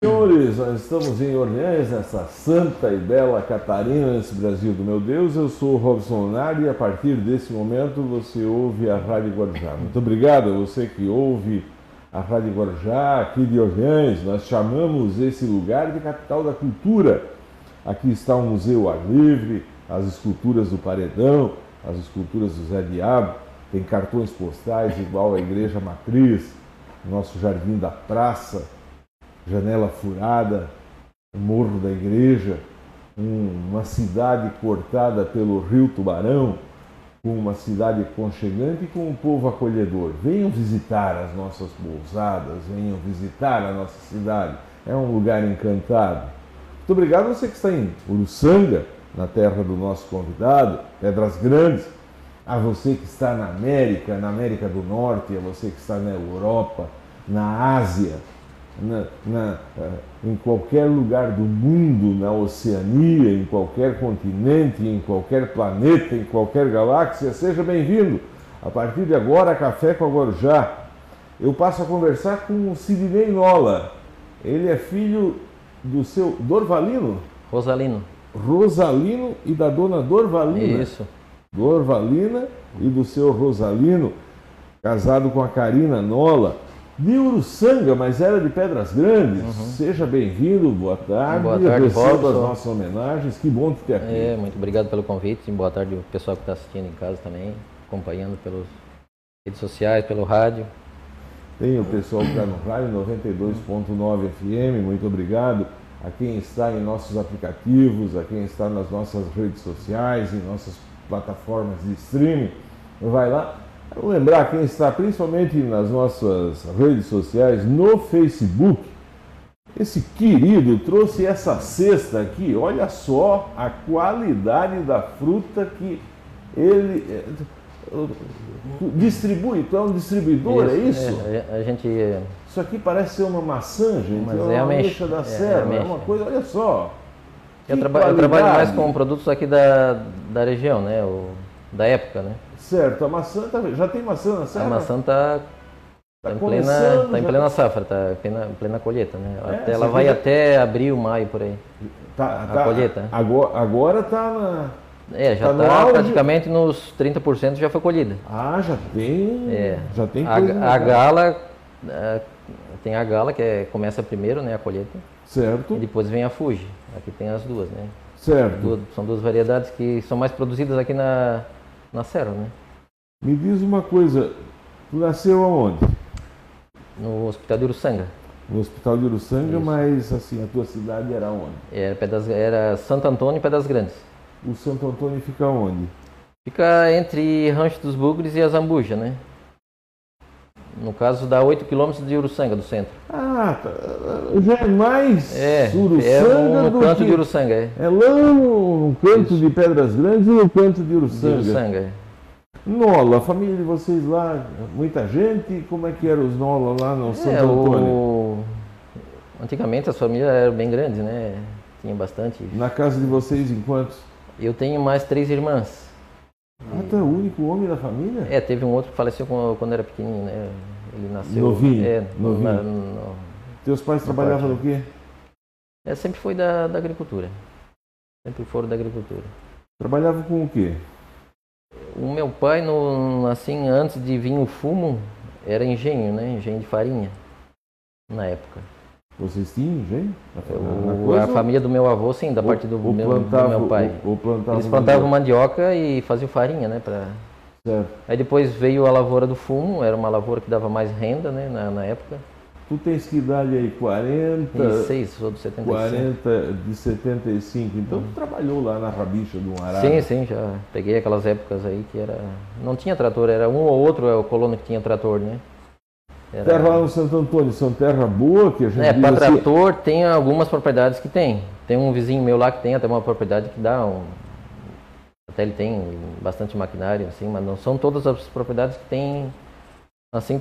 Senhores, nós estamos em Orleans, nessa santa e bela Catarina, nesse Brasil do meu Deus. Eu sou o Robson Lunari e a partir desse momento você ouve a Rádio Guarujá. Muito obrigado a você que ouve a Rádio Guarujá aqui de Orleans. Nós chamamos esse lugar de capital da cultura. Aqui está o Museu Ar Livre, as esculturas do Paredão, as esculturas do Zé Diabo, tem cartões postais igual à Igreja Matriz, nosso Jardim da Praça, Janela Furada, o Morro da Igreja, uma cidade cortada pelo Rio Tubarão, com uma cidade aconchegante e com um povo acolhedor. Venham visitar as nossas pousadas, venham visitar a nossa cidade. É um lugar encantado. Muito obrigado a você que está em Uruçanga, na terra do nosso convidado, Pedras Grandes, a você que está na América do Norte, a você que está na Europa, na Ásia, em qualquer lugar do mundo, na Oceania, em qualquer continente, em qualquer planeta, em qualquer galáxia, seja bem-vindo. A partir de agora, Café com a Guarujá. Eu passo a conversar com o Sidney Nola. Ele é filho do seu Dorvalino? Rosalino e da dona Dorvalina. Isso. Dorvalina e do seu Rosalino, casado com a Karina Nola. De Uruçanga, mas era de Pedras Grandes. Seja bem-vindo, boa tarde. Boa tarde, receba as nossas homenagens. Que bom te ter aqui. Muito obrigado pelo convite. Boa tarde ao pessoal que está assistindo em casa também, acompanhando pelas redes sociais, pelo rádio. Tem o pessoal que está no rádio 92.9 FM, muito obrigado. A quem está em nossos aplicativos, a quem está nas nossas redes sociais, em nossas plataformas de streaming. Vai lá. Vou lembrar quem está principalmente nas nossas redes sociais, no Facebook. Esse querido trouxe essa cesta aqui. Olha só a qualidade da fruta que ele distribui. Tu é um distribuidor, é isso? A gente... Isso aqui parece ser uma maçã, gente. Mas é uma ameixa da serra. É uma coisa, olha só. Eu trabalho mais com produtos aqui da região, né? Da época, né? Certo, a maçã já tem maçã na serra? A maçã está em plena safra, está em plena colheita, né? Ela vai até abril, maio, por aí. A colheita. Agora está na... já está praticamente nos 30% já foi colhida. Ah, já tem. Já tem a gala, tem a gala que começa primeiro, né, a colheita. Certo. E depois vem a Fuji. Aqui tem as duas, né? Certo. São duas variedades que são mais produzidas aqui na serra, né? Me diz uma coisa, tu nasceu aonde? No Hospital de Uruçanga. No Hospital de Uruçanga, isso. Mas assim, a tua cidade era onde? Era Santo Antônio e Pedras Grandes. O Santo Antônio fica onde? Fica entre Rancho dos Bugres e Azambuja, né? No caso, dá 8 quilômetros de Uruçanga, do centro. Ah, já é mais Uruçanga no canto de Uruçanga, É lá no canto de Pedras Grandes e no canto de Uruçanga. Nola, a família de vocês lá, muita gente, como é que eram os Nola lá no Santo Antônio? Antigamente as famílias eram bem grandes, né? Tinha bastante. Na casa de vocês, em quantos? Eu tenho mais 3 irmãs. Ah, tu é o único homem da família? Teve um outro que faleceu quando era pequenininho, né? Ele nasceu... Novinho? Novinho. Teus pais trabalhavam no quê? Sempre foi da agricultura. Sempre foram da agricultura. Trabalhava com o quê? O meu pai, assim, antes de vir o fumo, era engenho, né? Engenho de farinha, na época. Vocês tinham engenho? A família do meu avô, sim, da parte do meu pai. Eles plantavam mandioca e faziam farinha, né? Certo. Aí depois veio a lavoura do fumo, era uma lavoura que dava mais renda, né? Na época. Tu tens que idade aí? 46, sou do 75. 40 de 75. Então tu trabalhou lá na rabicha do arado? Sim, já peguei aquelas épocas aí que não tinha trator, era um ou outro colono que tinha trator, né? Terra lá no Santo Antônio, são terra boa que a gente para trator tem algumas propriedades que tem. Tem um vizinho meu lá que tem até uma propriedade que dá até ele tem bastante maquinário, assim, mas não são todas as propriedades que tem, assim,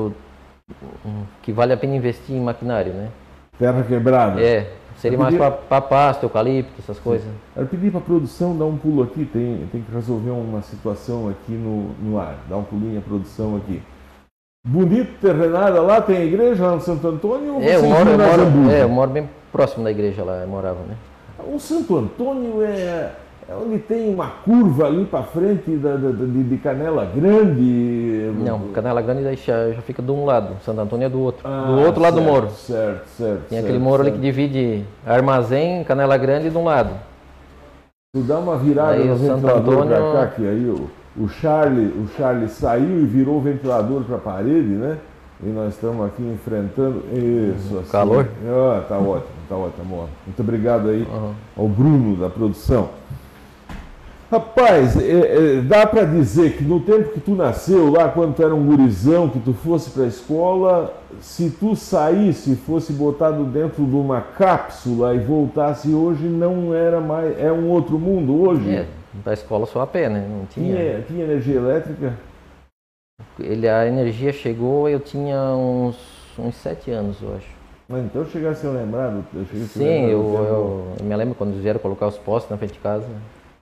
que vale a pena investir em maquinário, né? Terra quebrada. Seria mais para pasto, eucalipto, essas coisas. Eu pedi para a produção dar um pulo aqui, tem que resolver uma situação aqui no ar. Dá um pulinho a produção aqui. Bonito, terrenada lá, tem a igreja lá no Santo Antônio? Ou eu moro bem próximo da igreja lá, eu morava, né? O Santo Antônio é onde tem uma curva ali para frente de Canela Grande? Não, Canela Grande já fica de um lado, Santo Antônio é do outro. Do outro lado do morro. Certo. Tem aquele morro ali que divide Armazém, Canela Grande de um lado. Tu dá uma virada aí no ventilador Antônio... para cá, que aí o Charlie saiu e virou o ventilador para a parede, né? E nós estamos aqui enfrentando isso. Assim. Calor? Tá ótimo. Muito obrigado aí ao Bruno da produção. Rapaz, dá para dizer que no tempo que tu nasceu, lá quando tu era um gurizão, que tu fosse para a escola, se tu saísse, fosse botado dentro de uma cápsula e voltasse hoje, não era mais, é um outro mundo hoje? Da escola só a pé, né? Não tinha... Tinha energia elétrica? A energia chegou, eu tinha uns 7 anos, eu acho. Mas então chegasse a lembrar? Sim, eu me lembro quando eles vieram colocar os postes na frente de casa.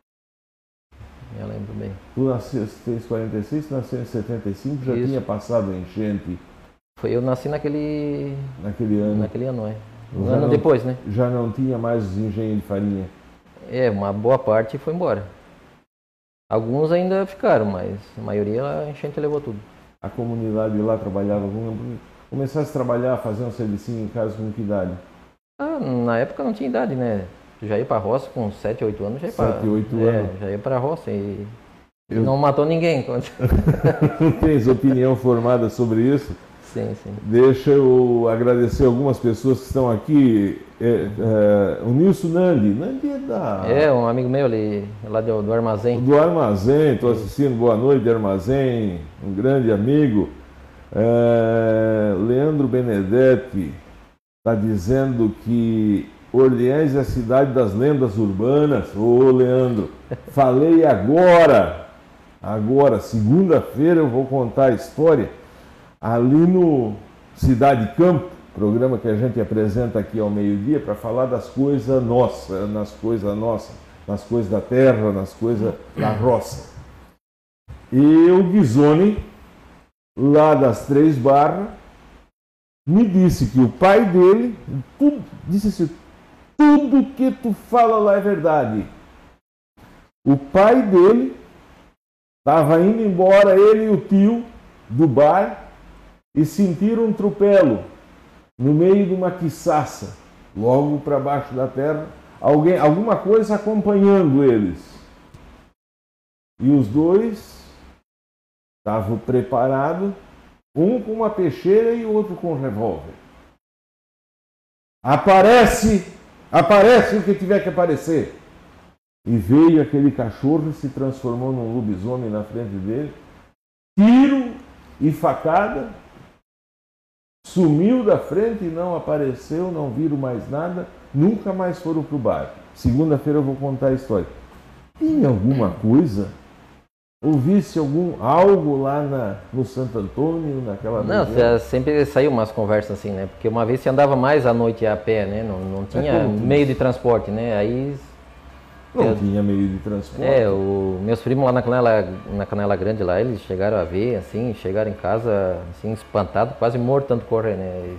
Eu lembro bem. Tu nasceu em 46, nasceu em 75, já tinha passado a enchente? Eu nasci naquele ano. Naquele ano, Um ano depois, né? Já não tinha mais os engenhos de farinha? Uma boa parte foi embora. Alguns ainda ficaram, mas a maioria a enchente levou tudo. A comunidade lá trabalhava? Começasse a trabalhar, fazer um servicinho em casa com que idade? Na época não tinha idade, né? Já ia pra roça com 7, 8 anos, já ia pra... 7, 8 anos? Já ia pra roça e não matou ninguém. Não tens opinião formada sobre isso? Sim. Deixa eu agradecer algumas pessoas que estão aqui. O Nilson Nandi é da... um amigo meu ali, lá do Armazém. Do Armazém, estou assistindo, boa noite, Armazém, um grande amigo. Leandro Benedetti está dizendo que Orleans é a cidade das lendas urbanas. Ô, Leandro, falei agora, segunda-feira eu vou contar a história ali no Cidade Campo, programa que a gente apresenta aqui ao meio-dia para falar das coisas nossas, nas coisas da terra, nas coisas da roça. E o Ghisoni, lá das Três Barras, me disse que o pai dele, disse assim, tudo que tu fala lá é verdade. O pai dele estava indo embora, ele e o tio, do bar, e sentiram um tropelo no meio de uma quiçaça, logo para baixo da terra, alguma coisa acompanhando eles. E os dois estavam preparados, um com uma peixeira e o outro com um revólver. Aparece o que tiver que aparecer. E veio aquele cachorro e se transformou num lobisomem na frente dele. Tiro e facada. Sumiu da frente e não apareceu, não viram mais nada, nunca mais foram para o bar. Segunda-feira eu vou contar a história. Tinha alguma coisa? Ouvisse algo lá no Santo Antônio, naquela região? Não, sempre saiu umas conversas assim, né? Porque uma vez se andava mais à noite a pé, né? Não tinha meio de transporte, né? Aí... Não tinha meio de transporte. Meus primos lá na Canela Grande, lá, eles chegaram a ver, assim, chegaram em casa, assim, espantado, quase morto tanto correr, né?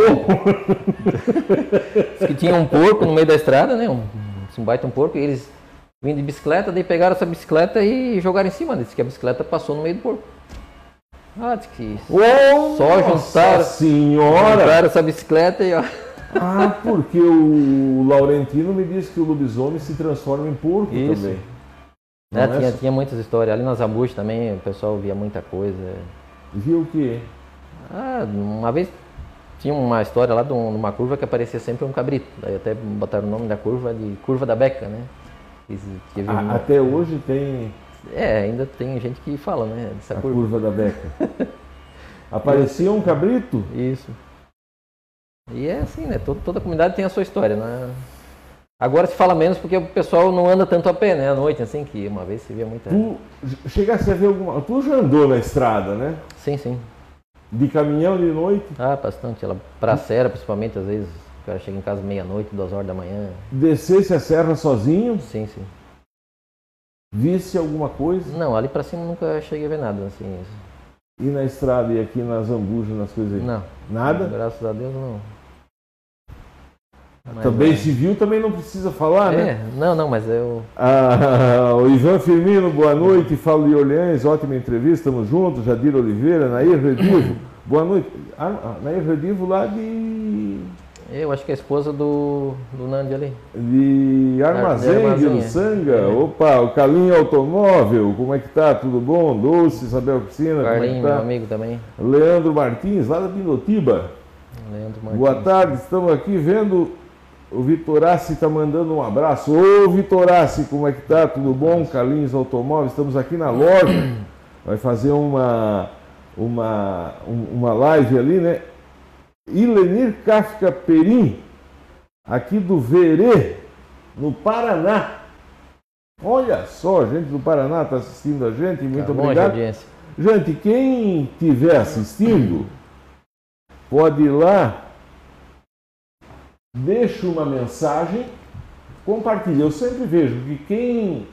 Diz que tinha um porco no meio da estrada, né? Um baita porco, e eles vinham de bicicleta, daí pegaram essa bicicleta e jogaram em cima, disse que a bicicleta passou no meio do porco. Diz que só juntaram essa bicicleta e ó... porque o Laurentino me disse que o lobisomem se transforma em porco também. Tinha muitas histórias. Ali na Zambuja também o pessoal via muita coisa. Via o quê? Uma vez tinha uma história lá de uma curva que aparecia sempre um cabrito. Daí até botaram o nome da curva de Curva da Beca, né? Até hoje tem... ainda tem gente que fala, né? Dessa curva da Beca. Aparecia um cabrito? Isso. E é assim, né? Toda comunidade tem a sua história, né? Agora se fala menos porque o pessoal não anda tanto a pé, né? À noite, assim, que uma vez se via muita... Tu chegasse a ver alguma... Tu já andou na estrada, né? Sim. De caminhão de noite? Bastante. Pra serra, principalmente, às vezes, o cara chega em casa meia-noite, 2 horas da manhã. Descesse a serra sozinho? Sim. Visse alguma coisa? Não, ali pra cima nunca cheguei a ver nada, assim. E na estrada e aqui na Zambuja, nas coisas aí? Não. Nada? Graças a Deus, não. Mas, também civil também não precisa falar, né? Não, mas eu... O Ivan Firmino, boa noite, falo de Orleans, ótima entrevista, estamos juntos. Jadir Oliveira, Nair Redivo, boa noite. Nair Redivo lá de... Eu acho que é a esposa do Nandi ali. De Armazém, de Uruçanga. Opa, o Carlinho Automóvel, como é que tá? Tudo bom? Doce, Isabel Piscina, Carlinho, como é que tá? meu amigo também. Leandro Martins, lá da Pinotiba. Leandro Martins. Boa tarde, estamos aqui vendo... O Vitorassi está mandando um abraço. Ô Vitorassi, como é que tá? Tudo bom? Carlinhos Automóveis, estamos aqui na loja. Vai fazer uma live ali, né? Ilenir Kafka Perim, aqui do Verê, no Paraná. Olha só, gente do Paraná está assistindo a gente, muito obrigado. Audiência. Gente, quem estiver assistindo, pode ir lá, deixa uma mensagem, compartilha. Eu sempre vejo que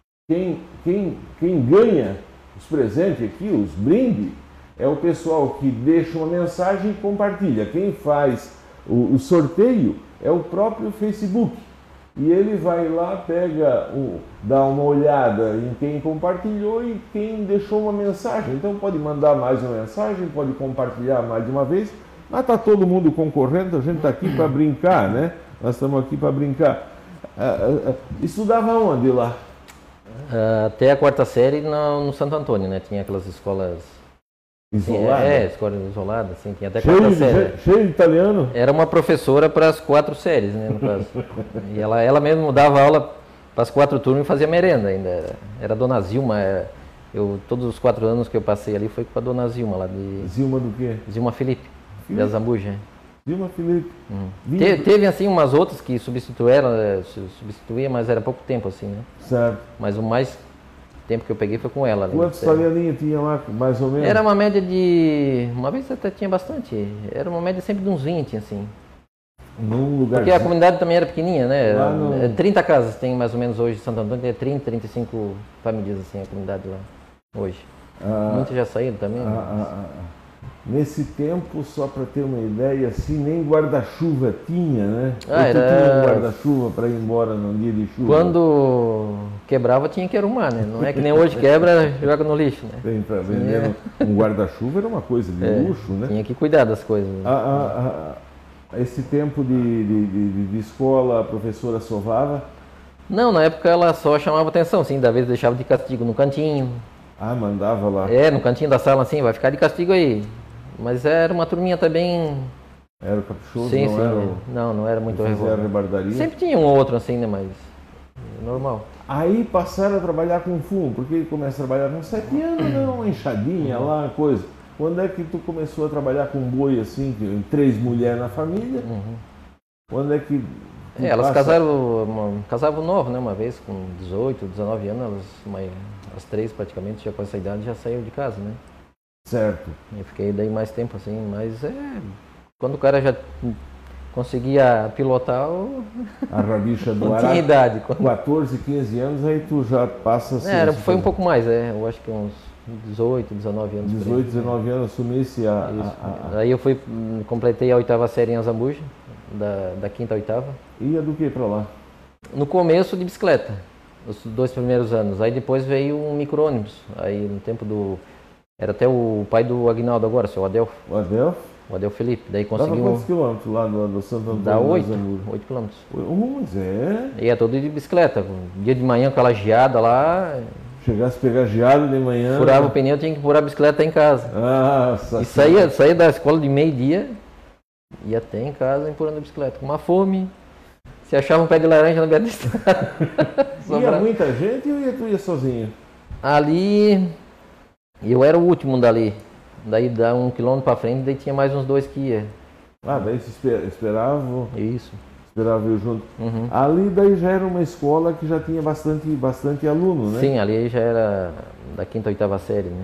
quem ganha os presentes aqui, os brindes, é o pessoal que deixa uma mensagem e compartilha. Quem faz o sorteio é o próprio Facebook. E ele vai lá, dá uma olhada em quem compartilhou e quem deixou uma mensagem. Então pode mandar mais uma mensagem, pode compartilhar mais de uma vez. Mas está todo mundo concorrendo, a gente está aqui para brincar, né? Nós estamos aqui para brincar. Estudava onde lá? Até a quarta série no Santo Antônio, né? Tinha aquelas escolas... Isoladas? Escola isolada, assim, tinha até a quarta série. Cheio de italiano? Era uma professora para as 4 séries, né, no caso. E ela mesmo dava aula para as 4 turmas e fazia merenda ainda. Era a Dona Zilma. Todos os 4 anos que eu passei ali foi com a Dona Zilma lá de... Zilma do quê? Zilma Felipe. Da Zambuja. Zilma Felipe. Teve assim umas outras que substituía, mas era pouco tempo assim, né? Certo. Mas o mais tempo que eu peguei foi com ela. Quantos italianinhos tinha lá, mais ou menos? Era uma média de... Uma vez até tinha bastante. Era uma média sempre de uns 20, assim. Num lugar... Porque a comunidade também era pequenininha, né? Lá no... 30 casas tem mais ou menos hoje em Santo Antônio. Tem 30, 35 famílias assim a comunidade lá hoje. Muitos já saíram também. Nesse tempo, só para ter uma ideia, assim, nem guarda-chuva tinha, né? Tinha um guarda-chuva para ir embora num dia de chuva. Quando quebrava tinha que arrumar, né? Não é que nem hoje quebra, joga no lixo, né? Bem, para vender um guarda-chuva era uma coisa de luxo, né? Tinha que cuidar das coisas. Esse tempo de escola, a professora sovava? Não, na época ela só chamava atenção, assim, da vez deixava de castigo no cantinho. Mandava lá. No cantinho da sala, assim, vai ficar de castigo aí. Mas era uma turminha também... Era caprichoso, sim, não era? Não era muito revoltado. Sempre tinha um ou outro assim, né, mas normal. Aí passaram a trabalhar com fumo, porque ele começa a trabalhar com 7 anos, uma enxadinha lá, coisa. Quando é que tu começou a trabalhar com boi assim, 3 mulheres na família? Quando é que... elas casavam novo, né, uma vez, com 18, 19 anos, as 3 praticamente, já com essa idade, já saíram de casa, né? Certo. Eu fiquei daí mais tempo assim, mas quando o cara já conseguia pilotar, a rabicha do não tinha idade. 14, 15 anos, aí tu já passa a ser... foi um pouco mais, eu acho que uns 18, 19 anos. 18, 19 anos, assumisse Aí eu completei a 8ª série em Azambuja, da 5ª à 8ª. Ia do que pra lá? No começo de bicicleta, os 2 primeiros anos. Aí depois veio um micro-ônibus, aí no tempo do... Era até o pai do Aguinaldo agora, o seu Adelfo. O Adelfo? O Adelfo Felipe. Daí conseguiu... Dava quantos quilômetros lá do Santo Antônio? Dá 8 quilômetros. Mas Ia todo de bicicleta. Dia de manhã com aquela geada lá... Chegasse a pegar geada de manhã... Furava o pneu, tinha que furar a bicicleta em casa. E saía da escola de meio-dia, ia até em casa empurrando a bicicleta. Com uma fome, se achava um pé de laranja na beira da estrada. Ia muita gente ou tu ia sozinho? Ali... Eu era o último dali. Daí dá 1 quilômetro para frente, daí tinha mais uns 2 que ia. Daí se esperava... Isso. Esperava eu junto. Ali daí já era uma escola que já tinha bastante aluno, né? Sim, ali já era da 5ª à 8ª série, né?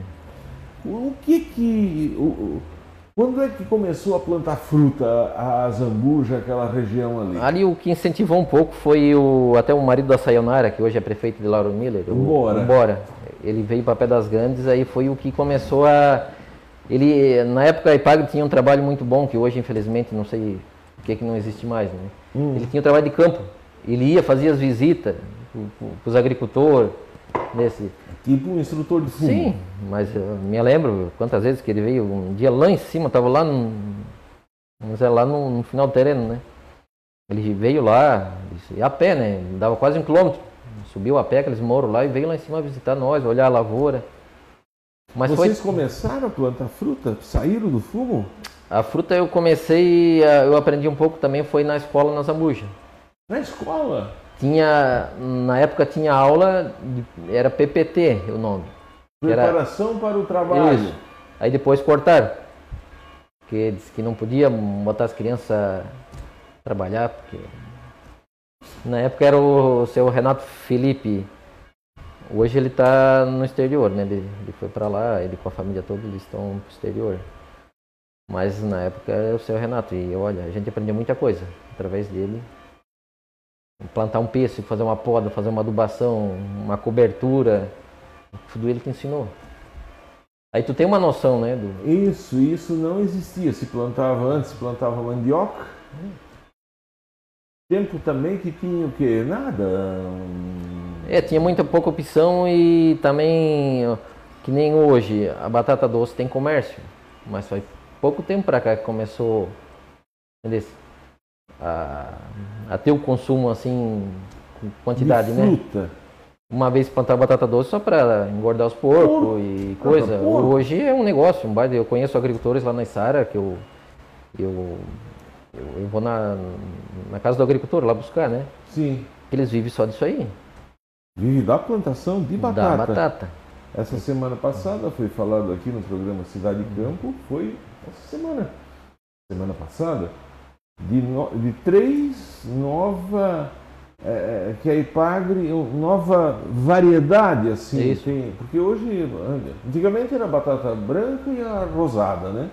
Quando é que começou a plantar fruta, a Zambuja, aquela região ali? Ali o que incentivou um pouco foi até o marido da Sayonara, que hoje é prefeito de Lauro Miller. Embora. Ele veio para Pé das Grandes, aí foi o que começou a Na época a Ipagre tinha um trabalho muito bom, que hoje infelizmente não sei por que não existe mais, né? Ele tinha um trabalho de campo. Ele ia, fazia as visitas para os agricultores. Tipo um instrutor de fumo. Sim, mas eu me lembro quantas vezes que ele veio um dia lá em cima, estava lá no final do terreno, né? Ele veio lá, a pé, né? Dava quase 1 quilômetro. Subiu a pé, aqueles moram lá e veio lá em cima visitar nós, olhar a lavoura. Mas vocês começaram a plantar fruta? Saíram do fumo? A fruta eu comecei, eu aprendi um pouco também, foi na escola na Zambuja. Na escola? Na época tinha aula, era PPT o nome. Preparação para o trabalho. Isso. Aí depois cortaram. Porque disse que não podia botar as crianças trabalhar, porque na época era o seu Renato Felipe. Hoje ele está no exterior, né? Ele foi para lá, ele com a família toda, eles estão no exterior. Mas na época era o seu Renato. E olha, a gente aprendeu muita coisa através dele. Plantar um pêssego, fazer uma poda, fazer uma adubação, uma cobertura. Tudo ele que ensinou. Aí tu tem uma noção, né? Isso não existia. Se plantava antes, se plantava mandioca. Tempo também que tinha o quê? Nada. Tinha muita pouca opção e também, que nem hoje, a batata doce tem comércio. Mas faz pouco tempo para cá que começou, entendeu? A ter o consumo assim, com quantidade, de fruta. Né? Uma vez plantar batata doce só para engordar os porcos e coisa. Hoje é um negócio, eu conheço agricultores lá na Isara que eu vou na casa do agricultor lá buscar, né? Sim. Eles vivem só disso aí. Vive da plantação de batata. Da batata. Essa semana passada foi falado aqui no programa Cidade e Campo, foi essa semana passada, de 3 nova que a Ipagre, nova variedade assim. Isso. Porque hoje, antigamente era a batata branca e a rosada, né?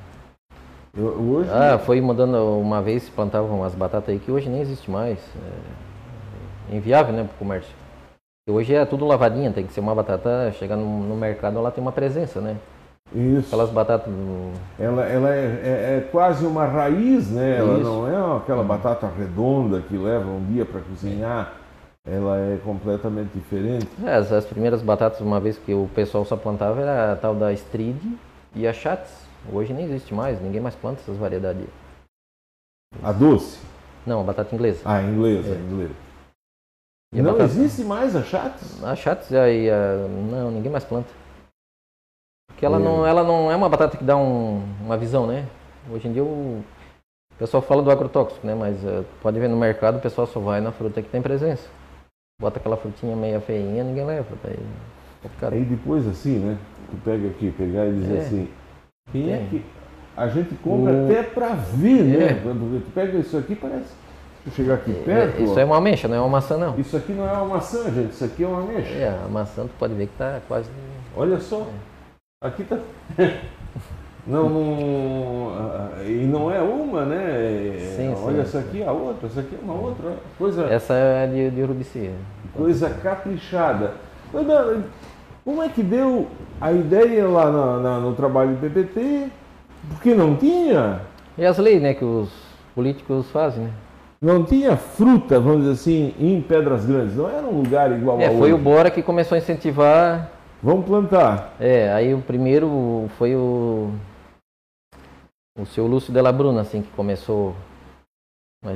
Hoje... foi mudando, uma vez plantavam umas batatas aí que hoje nem existe mais. É inviável, né, para o comércio. Hoje é tudo lavadinha, tem que ser uma batata, chegar no mercado, ela tem uma presença, né? Isso. Aquelas batatas... Ela é quase uma raiz, né? Ela não é aquela batata redonda que leva um dia para cozinhar. Ela é completamente diferente. As primeiras batatas, uma vez que o pessoal só plantava, era a tal da Strid e a Schatz. Hoje nem existe mais, ninguém mais planta essas variedades. A doce? Não, a batata inglesa. Inglesa. E não existe mais a Schatz? A Schatz, não, ninguém mais planta. Porque ela não é uma batata que dá uma visão, né? Hoje em dia o pessoal fala do agrotóxico, né? Mas pode ver no mercado, o pessoal só vai na fruta que tem presença. Bota aquela frutinha meia feinha, ninguém leva. Aí depois assim, né? Tu pegar e dizer assim, quem é que a gente compra até pra ver, né? Quando tu pega isso aqui, parece... Se tu chegar aqui perto... Isso é uma ameixa, não é uma maçã, não. Isso aqui não é uma maçã, gente. Isso aqui é uma ameixa. A maçã tu pode ver que tá quase... Olha só. Aqui tá... não, e não é uma, né? Sim, olha essa aqui, a outra. Essa aqui é uma outra coisa... Essa é de urubici. Coisa caprichada. Mas, como é que deu a ideia lá no trabalho do PPT? Porque não tinha. E as leis, né, que os políticos fazem, né? Não tinha fruta, vamos dizer assim, em Pedras Grandes. Não era um lugar igual a outro. Foi o Bora que começou a incentivar. Vamos plantar. Aí o primeiro foi o seu Lúcio Della Bruna, assim, que começou, mas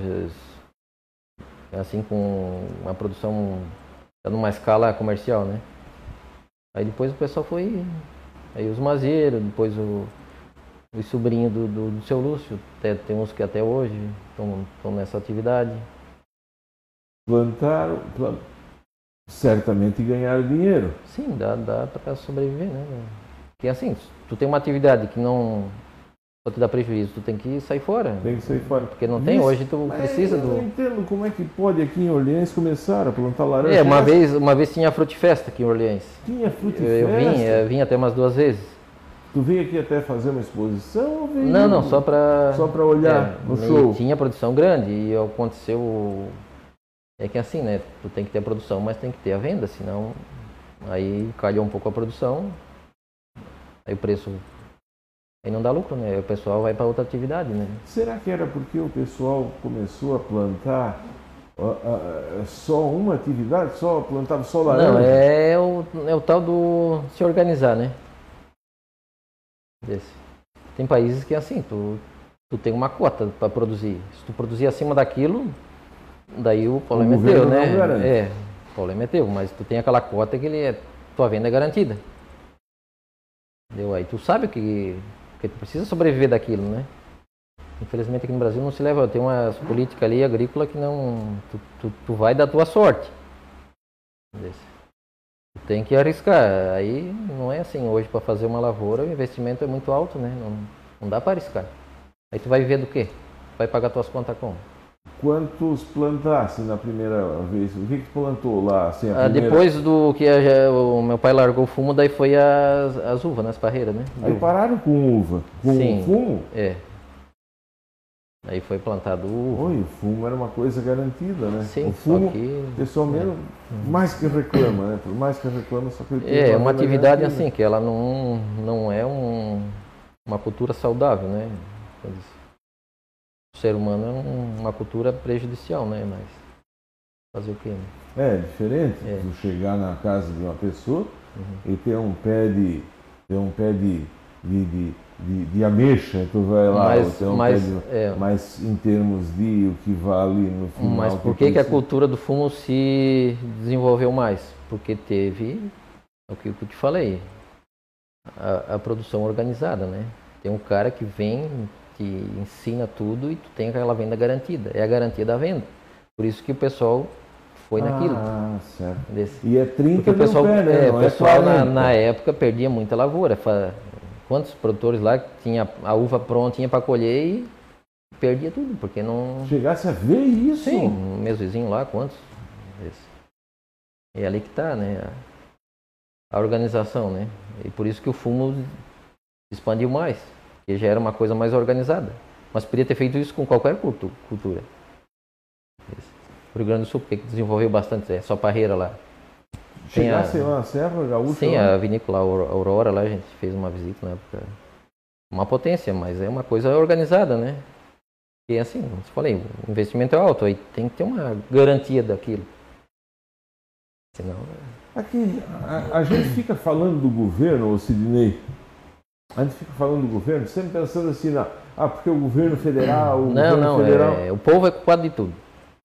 assim, com uma produção numa escala comercial, né? Aí depois o pessoal foi, aí os Mazeiros, depois os sobrinhos do seu Lúcio, tem uns que até hoje estão nessa atividade. Plantaram, certamente ganharam dinheiro. Sim, dá para sobreviver, né? Porque assim, tu tem uma atividade que não só te dá prejuízo, tu tem que sair fora. Tem que sair fora. Porque não tem, hoje tu precisa do... Eu não entendo como é que pode aqui em Orleans começar a plantar laranja. Uma vez tinha a Frutifesta aqui em Orleans. Tinha Frutifesta? Eu vim até umas 2 vezes. Tu veio aqui até fazer uma exposição ou veio... Não, só para olhar no show. Tinha produção grande e aconteceu... É que assim, né? Tu tem que ter a produção, mas tem que ter a venda, senão... Aí calhou um pouco a produção, aí o preço Aí não dá lucro, né? O pessoal vai para outra atividade, né? Será que era porque o pessoal começou a plantar só uma atividade? Só plantava só laranja? Não, é o tal do se organizar, né? Tem países que é assim, tu tem uma cota para produzir. Se tu produzir acima daquilo, daí o problema é teu, né? O problema é teu, mas tu tem aquela cota que tua venda é garantida. Entendeu? Aí tu sabe que tu precisa sobreviver daquilo, né? Infelizmente aqui no Brasil não se leva, tem uma política ali agrícola que não, tu vai dar tua sorte. Tu tem que arriscar. Aí não é assim, hoje para fazer uma lavoura o investimento é muito alto, né? Não dá para arriscar. Aí tu vai viver do quê? Vai pagar tuas contas como? Quantos plantasse na primeira vez? O que plantou lá? Assim, depois do que o meu pai largou o fumo, daí foi as uvas nas parreiras, né? Aí pararam com uva? Com Sim, fumo? É. Aí foi plantado uva. Oi, o fumo era uma coisa garantida, né? Sim, o fumo, só que... o pessoal mesmo, mais que reclama, né? Por mais que reclama, só que ele tem uma atividade garantida. assim, que ela não é uma cultura saudável, né? O ser humano é uma cultura prejudicial, né? Mas fazer o quê? Né? É diferente tu chegar na casa de uma pessoa e ter um pé de ameixa, tu vai lá, mas em termos de o que vale no final. Mas por que a cultura do fumo se desenvolveu mais? Porque teve, o que eu te falei, a produção organizada, né? Tem um cara que vem, te ensina tudo e tu tem aquela venda garantida. É a garantia da venda. Por isso que o pessoal foi naquilo. Ah, certo. E é 30 porque o pessoal, mil pé, né? o pessoal na época perdia muita lavoura. Quantos produtores lá que tinha a uva prontinha para colher e perdia tudo, porque não... Chegasse a ver isso? Sim, meus vizinhos lá, quantos? É ali que está, né? A organização, né? E por isso que o fumo expandiu mais, porque já era uma coisa mais organizada. Mas podia ter feito isso com qualquer cultura. O Rio Grande do Sul, porque desenvolveu bastante, só parreira lá. Chegasse lá na Serra Gaúcha? Sim, a vinícola Aurora lá, a gente fez uma visita na época. Uma potência, mas é uma coisa organizada, né? E assim, como eu falei, o investimento é alto, aí tem que ter uma garantia daquilo. Senão... Aqui, a gente fica falando do governo, Sidney, a gente fica falando do governo, sempre pensando assim, porque o governo federal... o povo é culpado de tudo.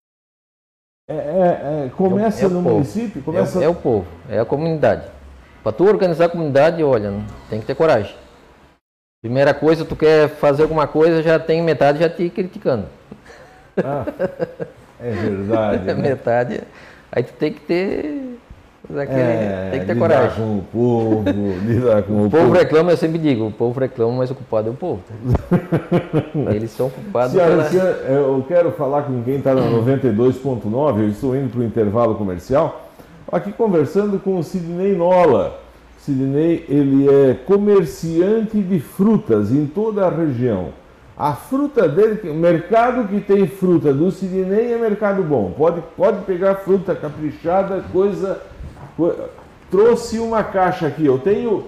Começa no município? É o povo, é a comunidade. Para tu organizar a comunidade, olha, tem que ter coragem. Primeira coisa, tu quer fazer alguma coisa, já tem metade já te criticando. É verdade. Né? Metade. Aí tu tem que ter... tem que ter coragem. Com o povo, lidar com o povo. O povo reclama, eu sempre digo, o povo reclama, mas o culpado é o povo. Eles são culpados eu quero falar com quem está na 92.9, eu estou indo para o intervalo comercial, aqui conversando com o Sidney Nola. Sidney, ele é comerciante de frutas em toda a região. A fruta dele, o mercado que tem fruta do Sidney é mercado bom. Pode pegar fruta caprichada, trouxe uma caixa aqui. Eu tenho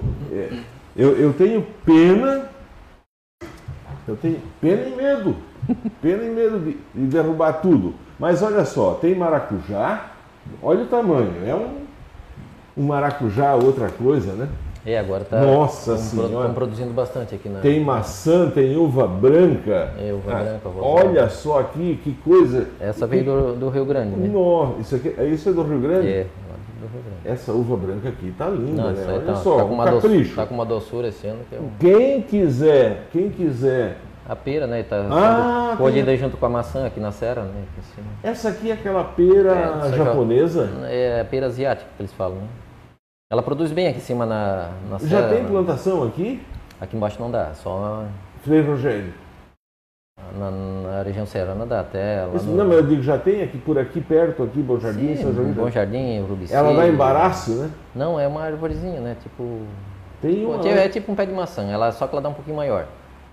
pena. Eu tenho pena e medo. Pena e medo de derrubar tudo. Mas olha só, tem maracujá. Olha o tamanho. É um maracujá, outra coisa, né? Agora Nossa Senhora. Estão produzindo bastante aqui na... Tem maçã, tem uva branca. Uva branca. Olha só aqui, que coisa. Essa veio do Rio Grande, né? Nossa, isso é do Rio Grande? Do Rio Grande. Essa uva branca aqui tá linda, não, né? Olha só, tá com uma capricho. Tá com uma doçura esse ano. Quem quiser... A pera, né? Tá sendo colhida junto com a maçã aqui na serra, né? Assim. Essa aqui é aquela pera japonesa? É a pera asiática que eles falam, né? Ela produz bem aqui em cima na serra. Já tem plantação aqui? Aqui embaixo não dá, só... Frei Rogério. Na região serrana dá até... Não, mas eu digo, já tem aqui por aqui perto, aqui, Bom Jardim, São João? Bom Jardim, Urubici. Ela dá embaraço, né? Não, é uma arvorezinha, né? Tipo... É tipo um pé de maçã, só que ela dá um pouquinho maior.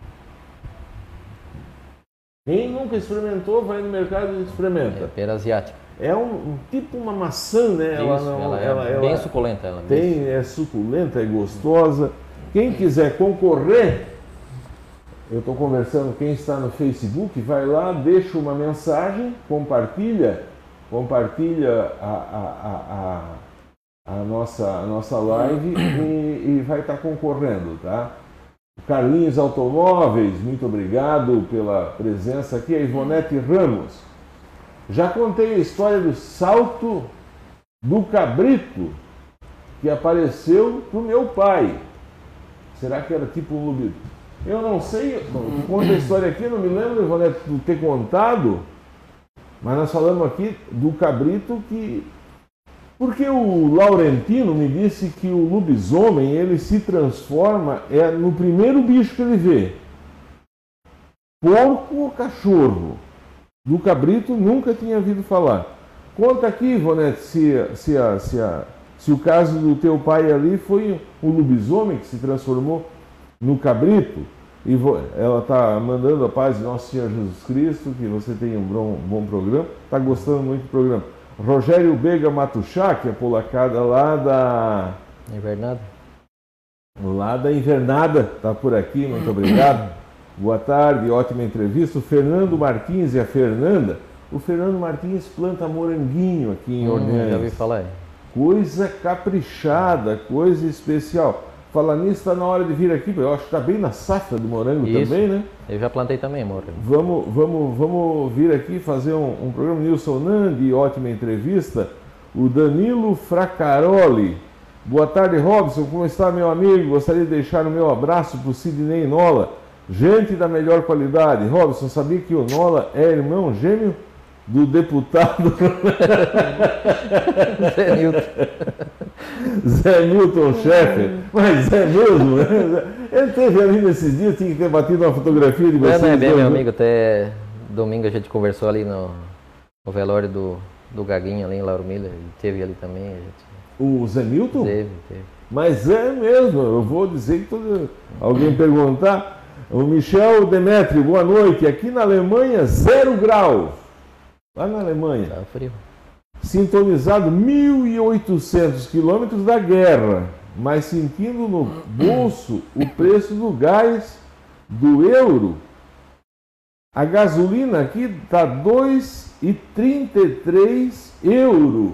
Quem nunca experimentou, vai no mercado e experimenta. É pera asiática. É tipo uma maçã, né? Ela é bem suculenta. É suculenta, é gostosa. Quem quiser concorrer, Eu estou conversando, quem está no Facebook, vai lá, deixa uma mensagem, compartilha a nossa live e vai estar concorrendo, tá? Carlinhos Automóveis, muito obrigado pela presença aqui. A Ivonete Ramos. Já contei a história do salto do cabrito que apareceu pro meu pai. Será que era tipo um lobisomem? Eu não sei, conta a história aqui, não me lembro, Ivonete, de ter contado, mas nós falamos aqui do cabrito que... Porque o Laurentino me disse que o lobisomem, ele se transforma no primeiro bicho que ele vê. Porco ou cachorro? Do cabrito nunca tinha ouvido falar. Conta aqui, Ivonete, se o caso do teu pai ali foi o lobisomem que se transformou no cabrito. E ela está mandando a paz de Nosso Senhor Jesus Cristo, que você tenha um bom programa. Está gostando muito do programa. Rogério Bega Matuchá, que é polacada lá da... Invernada. Lá da Invernada, está por aqui, muito obrigado. Boa tarde, ótima entrevista. O Fernando Martins e a Fernanda. O Fernando Martins planta moranguinho aqui em Orneantes. Já ouvi falar. Coisa caprichada, coisa especial. Falar nisso, está na hora de vir aqui, eu acho que está bem na safra do morango. Isso. Também, né? Eu já plantei também, morango. Vamos vir aqui fazer um programa. Nilson Nandi, ótima entrevista. O Danilo Fracaroli. Boa tarde, Robson, como está, meu amigo? Gostaria de deixar o meu abraço para o Sidney Nola. Gente da melhor qualidade. Robson, sabia que o Nola é irmão gêmeo do deputado Zé Newton. Zé Newton Schaeffer. Mas é mesmo, né? Ele esteve ali nesses dias, tinha que ter batido uma fotografia de vocês. Não é bem, meu amigo. Até domingo a gente conversou ali no velório do Gaguinho ali em Lauro Miller. Ele esteve ali também. O Zé Newton? Teve. Mas é mesmo, eu vou dizer que alguém perguntar. O Michel Demetrio, boa noite. Aqui na Alemanha, 0 graus. Lá na Alemanha. Tá frio. Sintonizado 1.800 quilômetros da guerra, mas sentindo no bolso o preço do gás, do euro. A gasolina aqui está 2,33 euros.